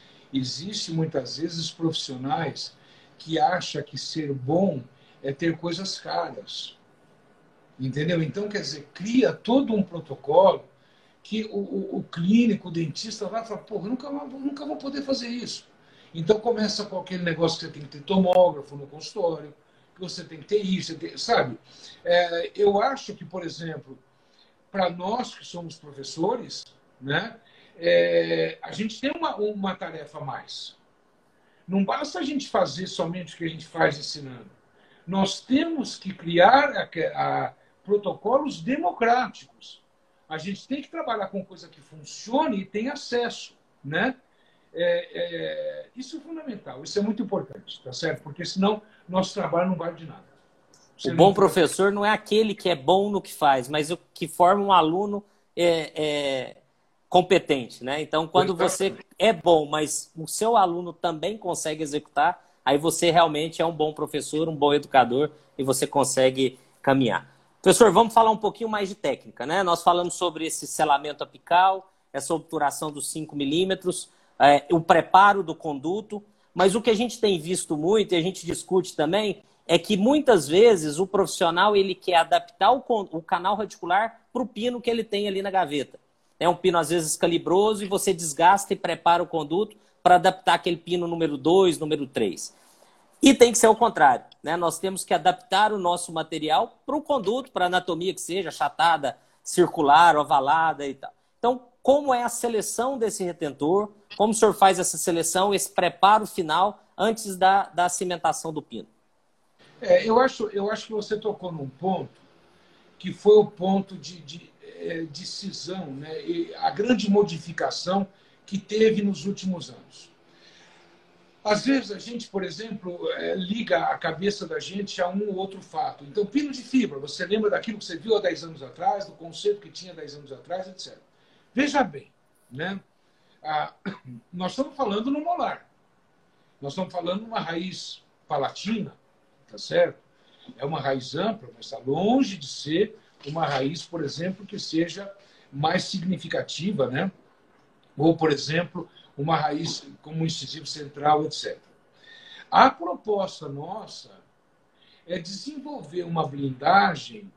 Existe muitas vezes profissionais que acham que ser bom é ter coisas caras. Entendeu? Então, quer dizer, cria todo um protocolo que o, o, o clínico, o dentista vai falar, porra, nunca, nunca vou poder fazer isso. Então começa com aquele negócio que você tem que ter tomógrafo no consultório, que você tem que ter isso, tem, sabe? É, eu acho que, por exemplo, para nós que somos professores, né, é, a gente tem uma, uma tarefa a mais. Não basta a gente fazer somente o que a gente faz ensinando. Nós temos que criar a, a, protocolos democráticos. A gente tem que trabalhar com coisa que funcione e tenha acesso, né? É, é, isso é fundamental, isso é muito importante, tá certo? Porque senão nosso trabalho não vale de nada. Você o bom professor não é aquele que é bom no que faz, mas o que forma um aluno é, é competente, né? Então, quando você é bom, mas o seu aluno também consegue executar, aí você realmente é um bom professor, um bom educador e você consegue caminhar. Professor, vamos falar um pouquinho mais de técnica, né? Nós falamos sobre esse selamento apical, essa obturação dos cinco milímetros, é, o preparo do conduto, mas o que a gente tem visto muito, e a gente discute também, é que muitas vezes o profissional ele quer adaptar o, o canal radicular para o pino que ele tem ali na gaveta. É um pino às vezes calibroso e você desgasta e prepara o conduto para adaptar aquele pino número dois, número três. E tem que ser o contrário, né? Nós temos que adaptar o nosso material para o conduto, para a anatomia que seja, achatada, circular, ovalada e tal. Então, como é a seleção desse retentor? Como o senhor faz essa seleção, esse preparo final antes da, da cimentação do pino? É, eu, acho, eu acho que você tocou num ponto que foi o ponto de, de de cisão, né? E a grande modificação que teve nos últimos anos. Às vezes a gente, por exemplo, liga a cabeça da gente a um ou outro fato. Então, pino de fibra, você lembra daquilo que você viu há dez anos atrás, do conceito que tinha dez anos atrás, etcétera. Veja bem, né? Ah, nós estamos falando no molar. Nós estamos falando numa raiz palatina, tá certo? É uma raiz ampla, mas está longe de ser uma raiz, por exemplo, que seja mais significativa, né? Ou, por exemplo, uma raiz como um incisivo central, etcétera. A proposta nossa é desenvolver uma blindagem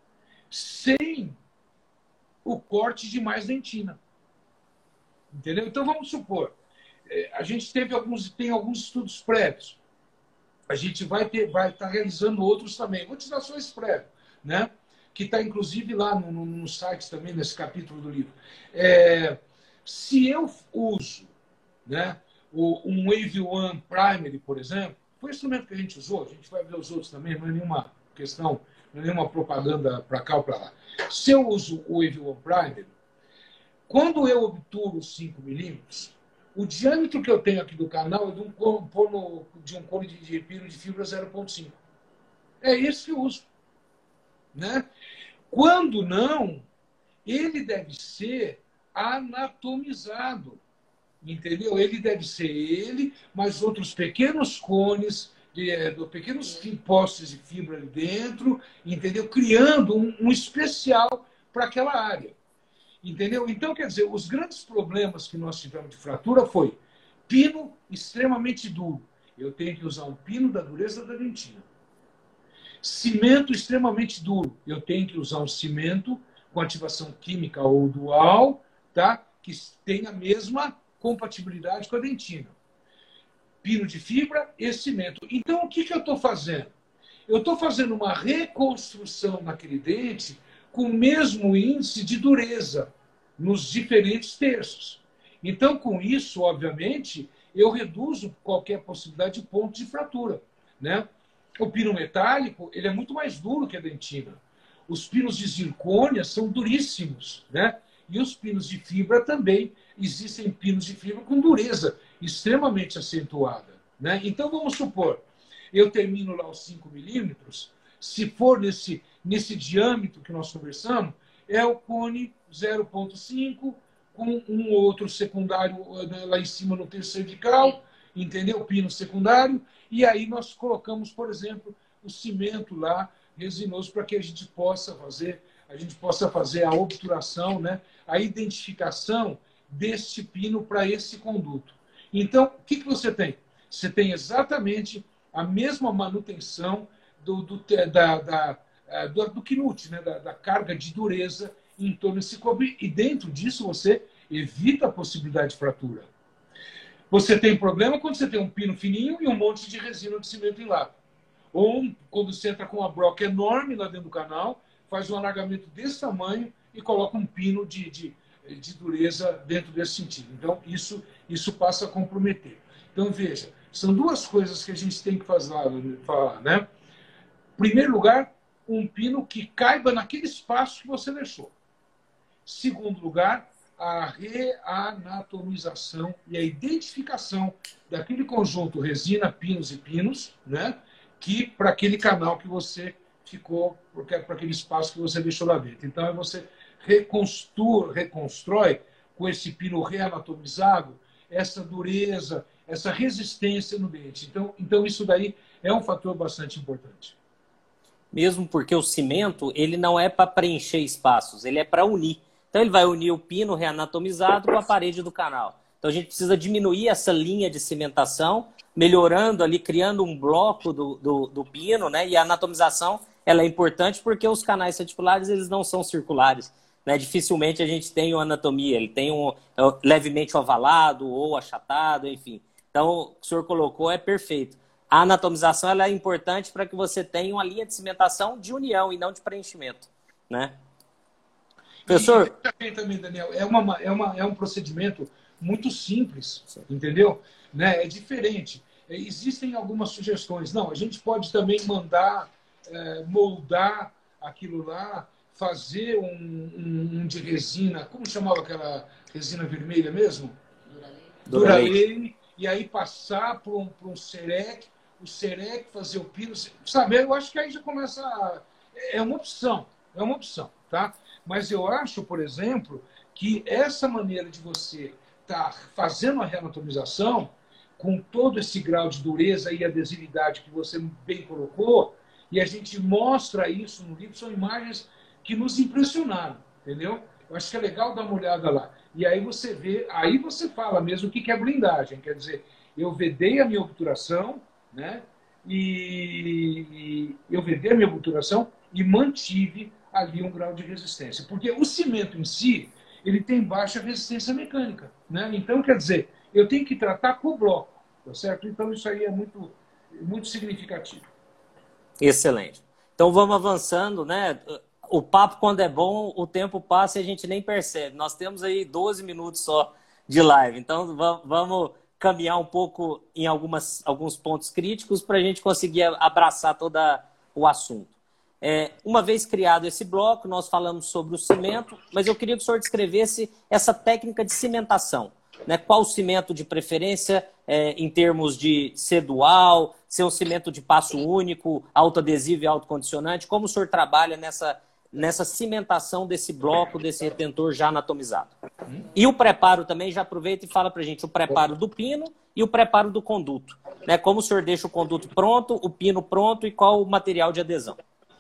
sem o corte de mais dentina. Entendeu? Então, vamos supor, a gente teve alguns, tem alguns estudos prévios. A gente vai ter, vai estar realizando outros também. Vou te dar só esse prévio, né? Que está, inclusive, lá no, no, no site também, nesse capítulo do livro. É, se eu uso, né, o, um Wave One Primary, por exemplo, foi o instrumento que a gente usou, a gente vai ver os outros também, não é nenhuma questão, não é nenhuma propaganda para cá ou para lá. Se eu uso o Wave One Primary, quando eu obturo os cinco milímetros, o diâmetro que eu tenho aqui do canal é de um cone de, um cone de pino de fibra zero ponto cinco. É esse que eu uso. Né? Quando não, ele deve ser anatomizado. Entendeu? Ele deve ser ele, mas outros pequenos cones, de, de, pequenos postes de fibra ali dentro, entendeu? Criando um, um especial para aquela área. Entendeu? Então, quer dizer, os grandes problemas que nós tivemos de fratura foi pino extremamente duro. Eu tenho que usar um pino da dureza da dentina. Cimento extremamente duro. Eu tenho que usar um cimento com ativação química ou dual, tá? Que tem a mesma compatibilidade com a dentina. Pino de fibra e cimento. Então, o que, que eu estou fazendo? Eu estou fazendo uma reconstrução naquele dente com o mesmo índice de dureza nos diferentes terços. Então, com isso, obviamente, eu reduzo qualquer possibilidade de ponto de fratura, né? O pino metálico, ele é muito mais duro que a dentina. Os pinos de zircônia são duríssimos, né? E os pinos de fibra também. Existem pinos de fibra com dureza extremamente acentuada, né? Então, vamos supor, eu termino lá os cinco milímetros, se for nesse, nesse diâmetro que nós conversamos, é o cone zero ponto cinco, com um ou outro secundário lá em cima no terço cervical, entendeu? O pino secundário, e aí nós colocamos, por exemplo, o cimento lá resinoso para que a gente possa fazer, a gente possa fazer a obturação, né? A identificação deste pino para esse conduto. Então, o que, que você tem? Você tem exatamente a mesma manutenção do, do, da, da, do, do quinute, né? da, da carga de dureza em torno desse cobre, e dentro disso você evita a possibilidade de fratura. Você tem problema quando você tem um pino fininho e um monte de resina de cimento em lata. Ou quando você entra com uma broca enorme lá dentro do canal, faz um alargamento desse tamanho e coloca um pino de, de, de dureza dentro desse sentido. Então, isso, isso passa a comprometer. Então, veja, são duas coisas que a gente tem que fazer, falar, né? Em primeiro lugar, um pino que caiba naquele espaço que você deixou. Segundo lugar, a reanatomização e a identificação daquele conjunto resina, pinos e pinos, né? Que para aquele canal que você ficou, para aquele espaço que você deixou lá dentro. Então, é você reconstrói, reconstrói com esse pino reanatomizado essa dureza, essa resistência no dente. Então, então, isso daí é um fator bastante importante. Mesmo porque o cimento, ele não é para preencher espaços, ele é para unir. Então, ele vai unir o pino reanatomizado com a parede do canal. Então, a gente precisa diminuir essa linha de cimentação, melhorando ali, criando um bloco do, do, do pino, né? E a anatomização, ela é importante porque os canais reticulares, eles não são circulares, né? Dificilmente a gente tem uma anatomia, ele tem um é, levemente ovalado ou achatado, enfim. Então, o que o senhor colocou é perfeito. A anatomização, ela é importante para que você tenha uma linha de cimentação de união e não de preenchimento, né? Professor... E também, Daniel, é, uma, é, uma, é um procedimento muito simples, entendeu? Né? É diferente. Existem algumas sugestões. Não, a gente pode também mandar, é, moldar aquilo lá fazer um, um, um de resina, como chamava aquela resina vermelha mesmo? Duralane. E aí passar para um, um Cerec, o Cerec fazer o pino, sabe? Eu acho que aí já começa a... É uma opção, é uma opção, tá? Mas eu acho, por exemplo, que essa maneira de você estar tá fazendo a reanatomização, com todo esse grau de dureza e adesividade que você bem colocou, e a gente mostra isso no livro, são imagens que nos impressionaram, entendeu? Eu acho que é legal dar uma olhada lá. E aí você vê, aí você fala mesmo o que é blindagem. Quer dizer, eu vedei a minha obturação, né? E, e eu vedei a minha obturação e mantive ali um grau de resistência. Porque o cimento em si, ele tem baixa resistência mecânica, né? Então, quer dizer, eu tenho que tratar com o bloco, tá certo? Então, isso aí é muito, muito significativo. Excelente. Então, vamos avançando, né? O papo, quando é bom, o tempo passa e a gente nem percebe. Nós temos aí doze minutos só de live. Então, vamos caminhar um pouco em algumas, alguns pontos críticos para a gente conseguir abraçar todo o assunto. É, uma vez criado esse bloco, nós falamos sobre o cimento, mas eu queria que o senhor descrevesse essa técnica de cimentação. Né? Qual o cimento de preferência é, em termos de ser dual, ser um cimento de passo único, autoadesivo e autocondicionante? Como o senhor trabalha nessa, nessa cimentação desse bloco, desse retentor já anatomizado? E o preparo também, já aproveita e fala para a gente o preparo do pino e o preparo do conduto. Né? Como o senhor deixa o conduto pronto, o pino pronto e qual o material de adesão?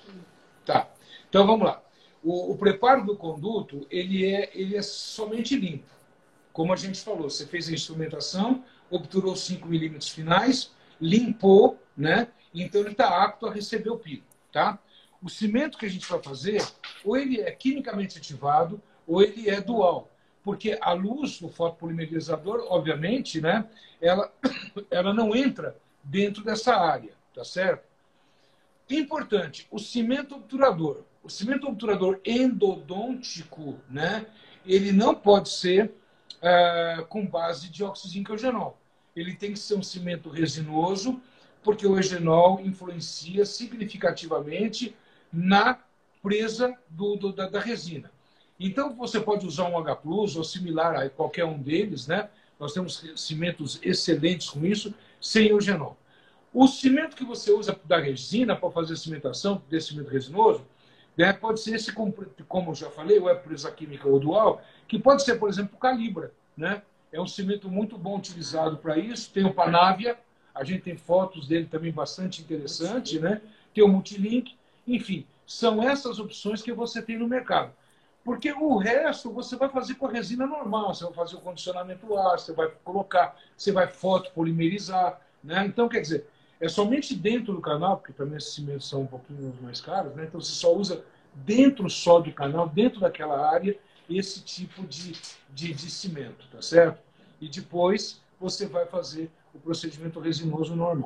Tá. Então vamos lá. O, o preparo do conduto, ele é, ele é somente limpo. Como a gente falou, você fez a instrumentação, obturou cinco milímetros finais, limpou, né? Então ele está apto a receber o pino, tá? O cimento que a gente vai fazer, ou ele é quimicamente ativado, ou ele é dual. Porque a luz do fotopolimerizador, obviamente, né? Ela, ela não entra dentro dessa área, tá certo? Importante, o cimento obturador. O cimento obturador endodôntico, né? Ele não pode ser uh, com base de óxido eugenol. Ele tem que ser um cimento resinoso, porque o eugenol influencia significativamente na presa do, do, da, da resina. Então, você pode usar um H plus ou similar a qualquer um deles, né? Nós temos cimentos excelentes com isso, sem eugenol. O cimento que você usa da resina para fazer a cimentação desse cimento resinoso, né, pode ser esse, como eu já falei, ou é presa química ou dual, que pode ser, por exemplo, o Calibra. Né? É um cimento muito bom utilizado para isso. Tem o Panavia, a gente tem fotos dele também bastante interessante, né? Tem o Multilink. Enfim, são essas opções que você tem no mercado. Porque o resto você vai fazer com a resina normal. Você vai fazer o condicionamento ar, você vai colocar, você vai fotopolimerizar. Né? Então, quer dizer, é somente dentro do canal, porque também esses cimentos são um pouquinho mais caros, né? Então você só usa dentro só do canal, dentro daquela área, esse tipo de, de, de cimento, tá certo? E depois você vai fazer o procedimento resinoso normal.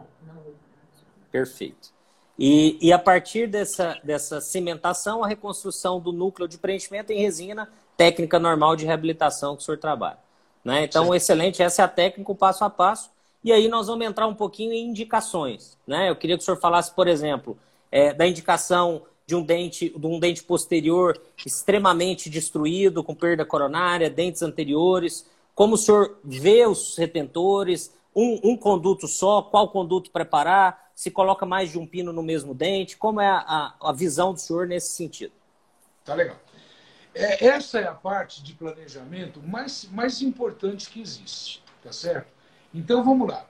Perfeito. E, e a partir dessa, dessa cimentação, a reconstrução do núcleo de preenchimento em resina, técnica normal de reabilitação que o senhor trabalha. Né? Então, certo. Excelente, essa é a técnica, o passo a passo. E aí nós vamos entrar um pouquinho em indicações. Né? Eu queria que o senhor falasse, por exemplo, é, da indicação de um dente, de um dente posterior extremamente destruído, com perda coronária, dentes anteriores. Como o senhor vê os retentores, um, um conduto só, qual conduto preparar, se coloca mais de um pino no mesmo dente, como é a, a, a visão do senhor nesse sentido? Tá legal. É, essa é a parte de planejamento mais, mais importante que existe, tá certo? Então, vamos lá.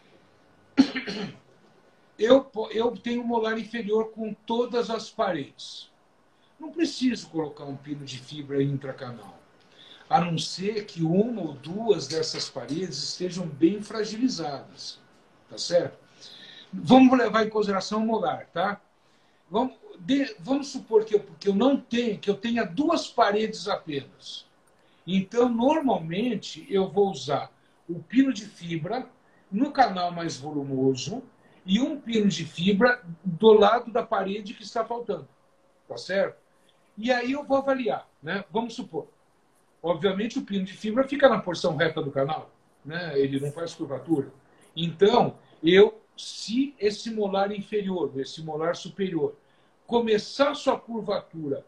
Eu, eu tenho um molar inferior com todas as paredes. Não preciso colocar um pino de fibra intracanal, a não ser que uma ou duas dessas paredes estejam bem fragilizadas, tá certo? Vamos levar em consideração o molar, tá? Vamos, de, vamos supor que eu, que eu não tenho, que eu tenha duas paredes apenas. Então, normalmente, eu vou usar o pino de fibra no canal mais volumoso e um pino de fibra do lado da parede que está faltando. Tá certo? E aí eu vou avaliar, né? Vamos supor. Obviamente, o pino de fibra fica na porção reta do canal, né? Ele não faz curvatura. Então, eu, se esse molar inferior, esse molar superior, começar sua curvatura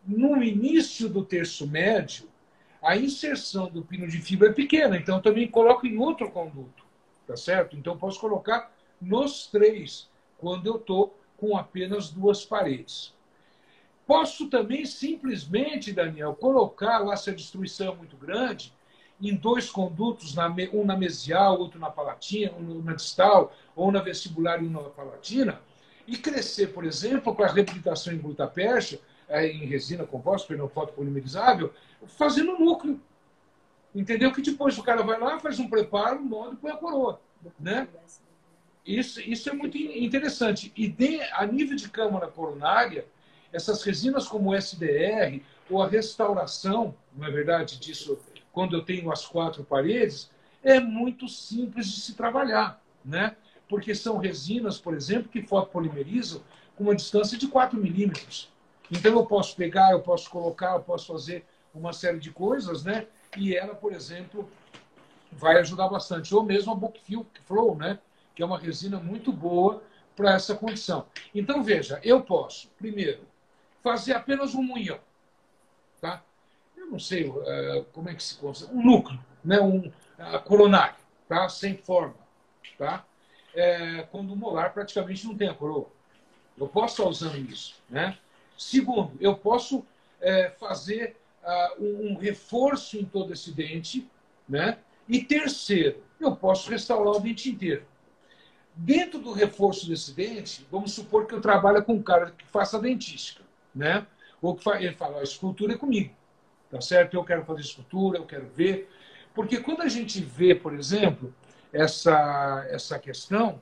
no início do terço médio, a inserção do pino de fibra é pequena, então eu também coloco em outro conduto, tá certo? Então eu posso colocar nos três, quando eu estou com apenas duas paredes. Posso também simplesmente, Daniel, colocar lá, se a destruição é muito grande, em dois condutos, um na mesial, outro na palatina, um na distal, ou na vestibular e um na palatina, e crescer, por exemplo, com a reabilitação em glutapercha, em resina composta, perdão, fotopolimerizável, fazendo núcleo. Entendeu? Que depois o cara vai lá, faz um preparo, molda e põe a coroa. Né? Isso, isso é muito interessante. E de, a nível de câmara coronária, essas resinas como o S D R, ou a restauração, não é verdade, disso, quando eu tenho as quatro paredes, é muito simples de se trabalhar. Né? Porque são resinas, por exemplo, que fotopolimerizam com uma distância de quatro milímetros. Então eu posso pegar, eu posso colocar, eu posso fazer uma série de coisas, né? E ela, por exemplo, vai ajudar bastante. Ou mesmo a Book Flow, né? Que é uma resina muito boa para essa condição. Então, veja, eu posso, primeiro, fazer apenas um munhão. Tá? Eu não sei uh, como é que se consegue. Um núcleo, né? um uh, coronário, tá? Sem forma. Tá? É, quando o molar praticamente não tem a coroa. Eu posso estar usando isso. Né? Segundo, eu posso é, fazer uh, um, um reforço em todo esse dente. Né? E terceiro, eu posso restaurar o dente inteiro. Dentro do reforço desse dente, vamos supor que eu trabalho com um cara que faça dentística. Né? Ou que ele fala, a escultura é comigo. Tá certo? Eu quero fazer escultura, eu quero ver. Porque quando a gente vê, por exemplo, essa, essa questão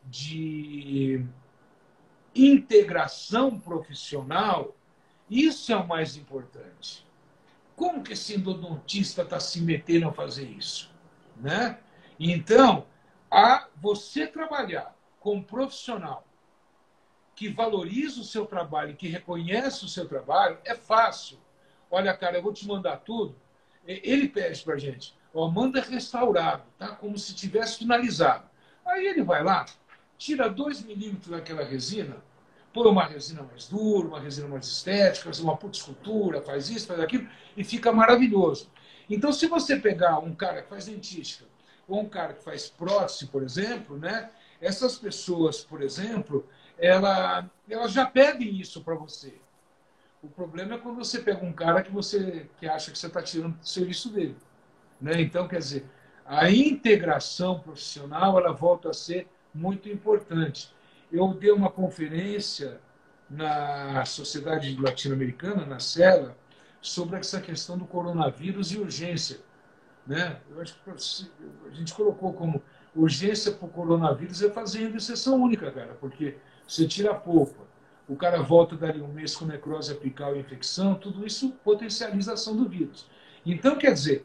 de integração profissional, isso é o mais importante. Como que esse endodontista está se metendo a fazer isso? Né? Então, a você trabalhar com um profissional que valoriza o seu trabalho, que reconhece o seu trabalho, é fácil. Olha, cara, eu vou te mandar tudo. Ele pede para a gente, ó, manda restaurado, tá? Como se tivesse finalizado. Aí ele vai lá, tira dois milímetros daquela resina, põe uma resina mais dura, uma resina mais estética, faz uma puta escultura, faz isso, faz aquilo, e fica maravilhoso. Então, se você pegar um cara que faz dentística, ou um cara que faz prótese, por exemplo, né? Essas pessoas, por exemplo, ela, elas já pedem isso para você. O problema é quando você pega um cara que você que acha que você está tirando o serviço dele. Né? Então, quer dizer, a integração profissional ela volta a ser muito importante. Eu dei uma conferência na Sociedade Latino-Americana, na CELA, sobre essa questão do coronavírus e urgência. Né? Eu acho que a gente colocou como urgência para o coronavírus é fazendo exceção única, cara, porque você tira a polpa, o cara volta dali um mês com necrose apical e infecção, tudo isso potencializa a ação do vírus. Então, quer dizer,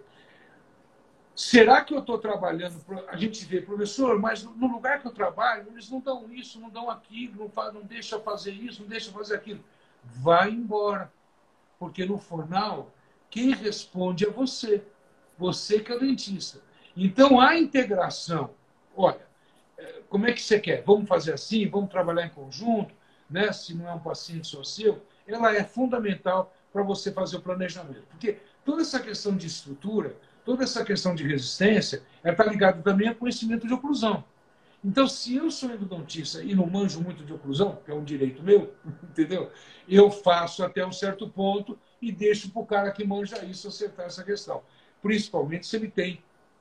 será que eu estou trabalhando... A gente vê, professor, mas no lugar que eu trabalho, eles não dão isso, não dão aquilo, não, faz, não deixa fazer isso, não deixa fazer aquilo. Vai embora. Porque no final, quem responde é você. Você que é o dentista. Então, a integração, olha, como é que você quer? Vamos fazer assim? Vamos trabalhar em conjunto? Né? Se não é um paciente só seu, ela é fundamental para você fazer o planejamento. Porque toda essa questão de estrutura, toda essa questão de resistência, está ligada também a conhecimento de oclusão. Então, se eu sou endodontista e não manjo muito de oclusão, que é um direito meu, entendeu? Eu faço até um certo ponto e deixo para o cara que manja isso acertar essa questão. Principalmente se ele tem,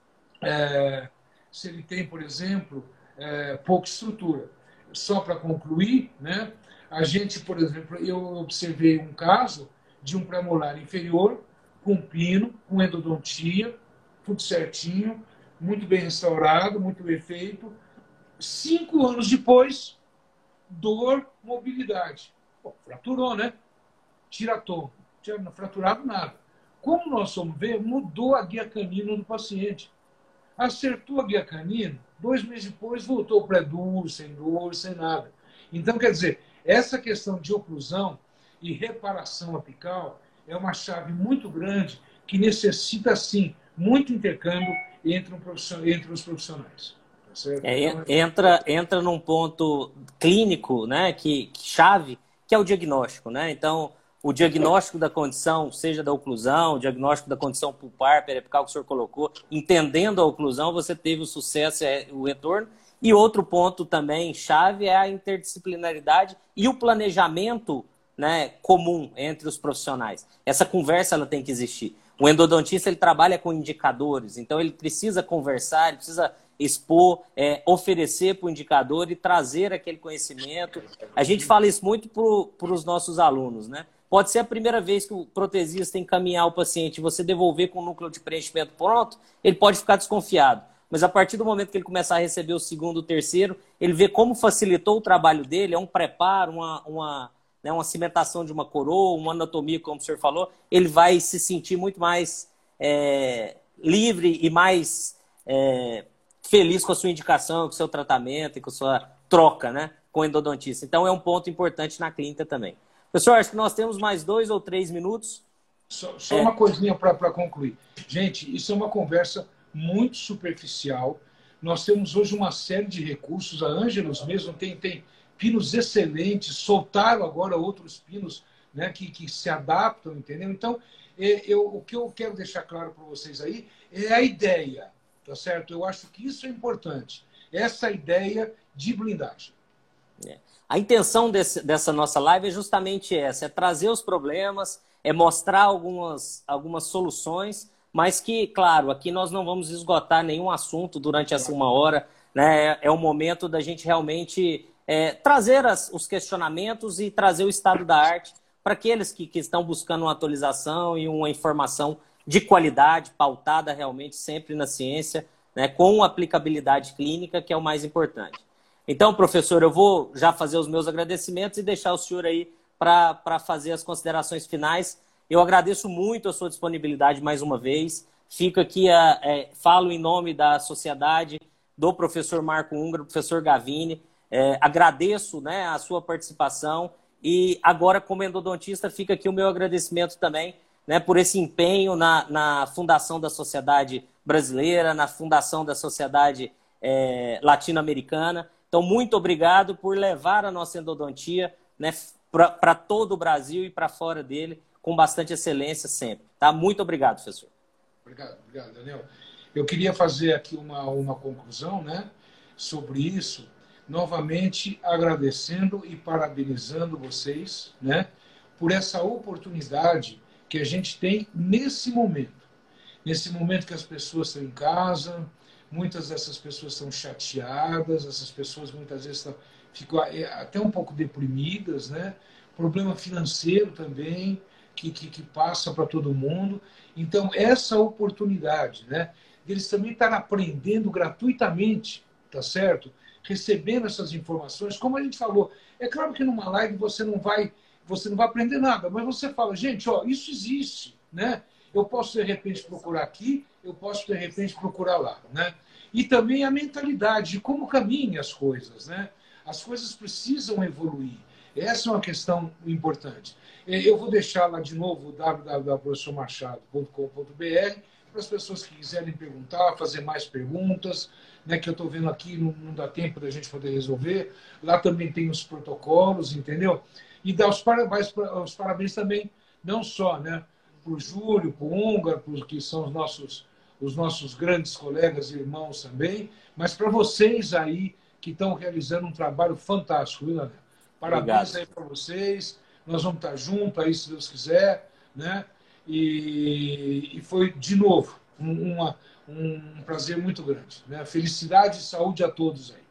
é, se ele tem, por exemplo, é, pouca estrutura. Só para concluir, né, a gente, por exemplo, eu observei um caso de um premolar inferior com pino, com endodontia, tudo certinho, muito bem restaurado, muito bem feito. Cinco anos depois, dor, mobilidade. Pô, fraturou, né? Tiratom. Não tinha fraturado nada. Como nós vamos ver, mudou a guia canina do paciente. Acertou a guia canina, dois meses depois voltou pré-duro, sem dor, sem nada. Então, quer dizer, essa questão de oclusão e reparação apical é uma chave muito grande que necessita, sim, muito intercâmbio entre, um profissional, entre os profissionais. Tá certo? É, Então, é... entra, entra num ponto clínico, né, que, que chave, que é o diagnóstico. Né? Então, o diagnóstico da condição, seja da oclusão, o diagnóstico da condição pulpar, periapical que o senhor colocou, entendendo a oclusão, você teve o sucesso e o retorno. E outro ponto também chave é a interdisciplinaridade e o planejamento, né, comum entre os profissionais. Essa conversa ela tem que existir. O endodontista ele trabalha com indicadores, então ele precisa conversar, ele precisa expor, é, oferecer para o indicador e trazer aquele conhecimento. A gente fala isso muito para os nossos alunos, né? Pode ser a primeira vez que o protesista encaminhar o paciente e você devolver com o núcleo de preenchimento pronto, ele pode ficar desconfiado. Mas a partir do momento que ele começar a receber o segundo, o terceiro, ele vê como facilitou o trabalho dele, é um preparo, uma, uma, né, uma cimentação de uma coroa, uma anatomia, como o senhor falou, ele vai se sentir muito mais é, livre e mais é, feliz com a sua indicação, com o seu tratamento e com a sua troca, né, com o endodontista. Então é um ponto importante na clínica também. Pessoal, acho que nós temos mais dois ou três minutos. Só, só é... uma coisinha para concluir. Gente, isso é uma conversa muito superficial. Nós temos hoje uma série de recursos. A Ângelos mesmo tem, tem pinos excelentes, soltaram agora outros pinos, né, que, que se adaptam, entendeu? Então, eu, o que eu quero deixar claro para vocês aí é a ideia, tá certo? Eu acho que isso é importante. Essa ideia de blindagem. É. A intenção desse, dessa nossa live é justamente essa, é trazer os problemas, é mostrar algumas, algumas soluções, mas que, claro, aqui nós não vamos esgotar nenhum assunto durante essa uma hora, né? É, é o momento da gente realmente é, trazer as, os questionamentos e trazer o estado da arte para aqueles que, que estão buscando uma atualização e uma informação de qualidade, pautada realmente sempre na ciência, né? Com aplicabilidade clínica, que é o mais importante. Então, professor, eu vou já fazer os meus agradecimentos e deixar o senhor aí para fazer as considerações finais. Eu agradeço muito a sua disponibilidade mais uma vez. Fico aqui, a, é, falo em nome da sociedade, do professor Marco Ungaro, professor Gavini. É, agradeço, né, a sua participação e agora, como endodontista, fica aqui o meu agradecimento também, né, por esse empenho na, na fundação da Sociedade Brasileira, na fundação da Sociedade é, Latino-Americana. Então, muito obrigado por levar a nossa endodontia, né, para todo o Brasil e para fora dele, com bastante excelência sempre. Tá? Muito obrigado, professor. Obrigado, obrigado, Daniel. Eu queria fazer aqui uma, uma conclusão, né, sobre isso, novamente agradecendo e parabenizando vocês, né, por essa oportunidade que a gente tem nesse momento. Nesse momento que as pessoas estão em casa, muitas dessas pessoas estão chateadas, essas pessoas muitas vezes estão, ficam até um pouco deprimidas, né? Problema financeiro também, que, que, que passa para todo mundo. Então, essa oportunidade, né, deles também estar aprendendo gratuitamente, tá certo? Recebendo essas informações, como a gente falou. É claro que numa live você não vai, você não vai aprender nada, mas você fala, gente, ó, isso existe, né? Eu posso, de repente, procurar aqui, eu posso, de repente, procurar lá, né? E também a mentalidade de como caminham as coisas, né? As coisas precisam evoluir. Essa é uma questão importante. Eu vou deixar lá de novo o w w w ponto professor machado ponto com ponto b r para as pessoas que quiserem perguntar, fazer mais perguntas, né, que eu estou vendo aqui, não, não dá tempo da gente poder resolver. Lá também tem os protocolos, entendeu? E dar os parabéns, os parabéns também, não só, né, para o Júlio, para o Húngaro, que são os nossos, os nossos grandes colegas e irmãos também, mas para vocês aí que estão realizando um trabalho fantástico, viu, Daniel? Parabéns Obrigado. Aí para vocês. Nós vamos estar juntos aí, se Deus quiser, né? E, e foi, de novo, um, uma, um prazer muito grande, né? Felicidade e saúde a todos aí.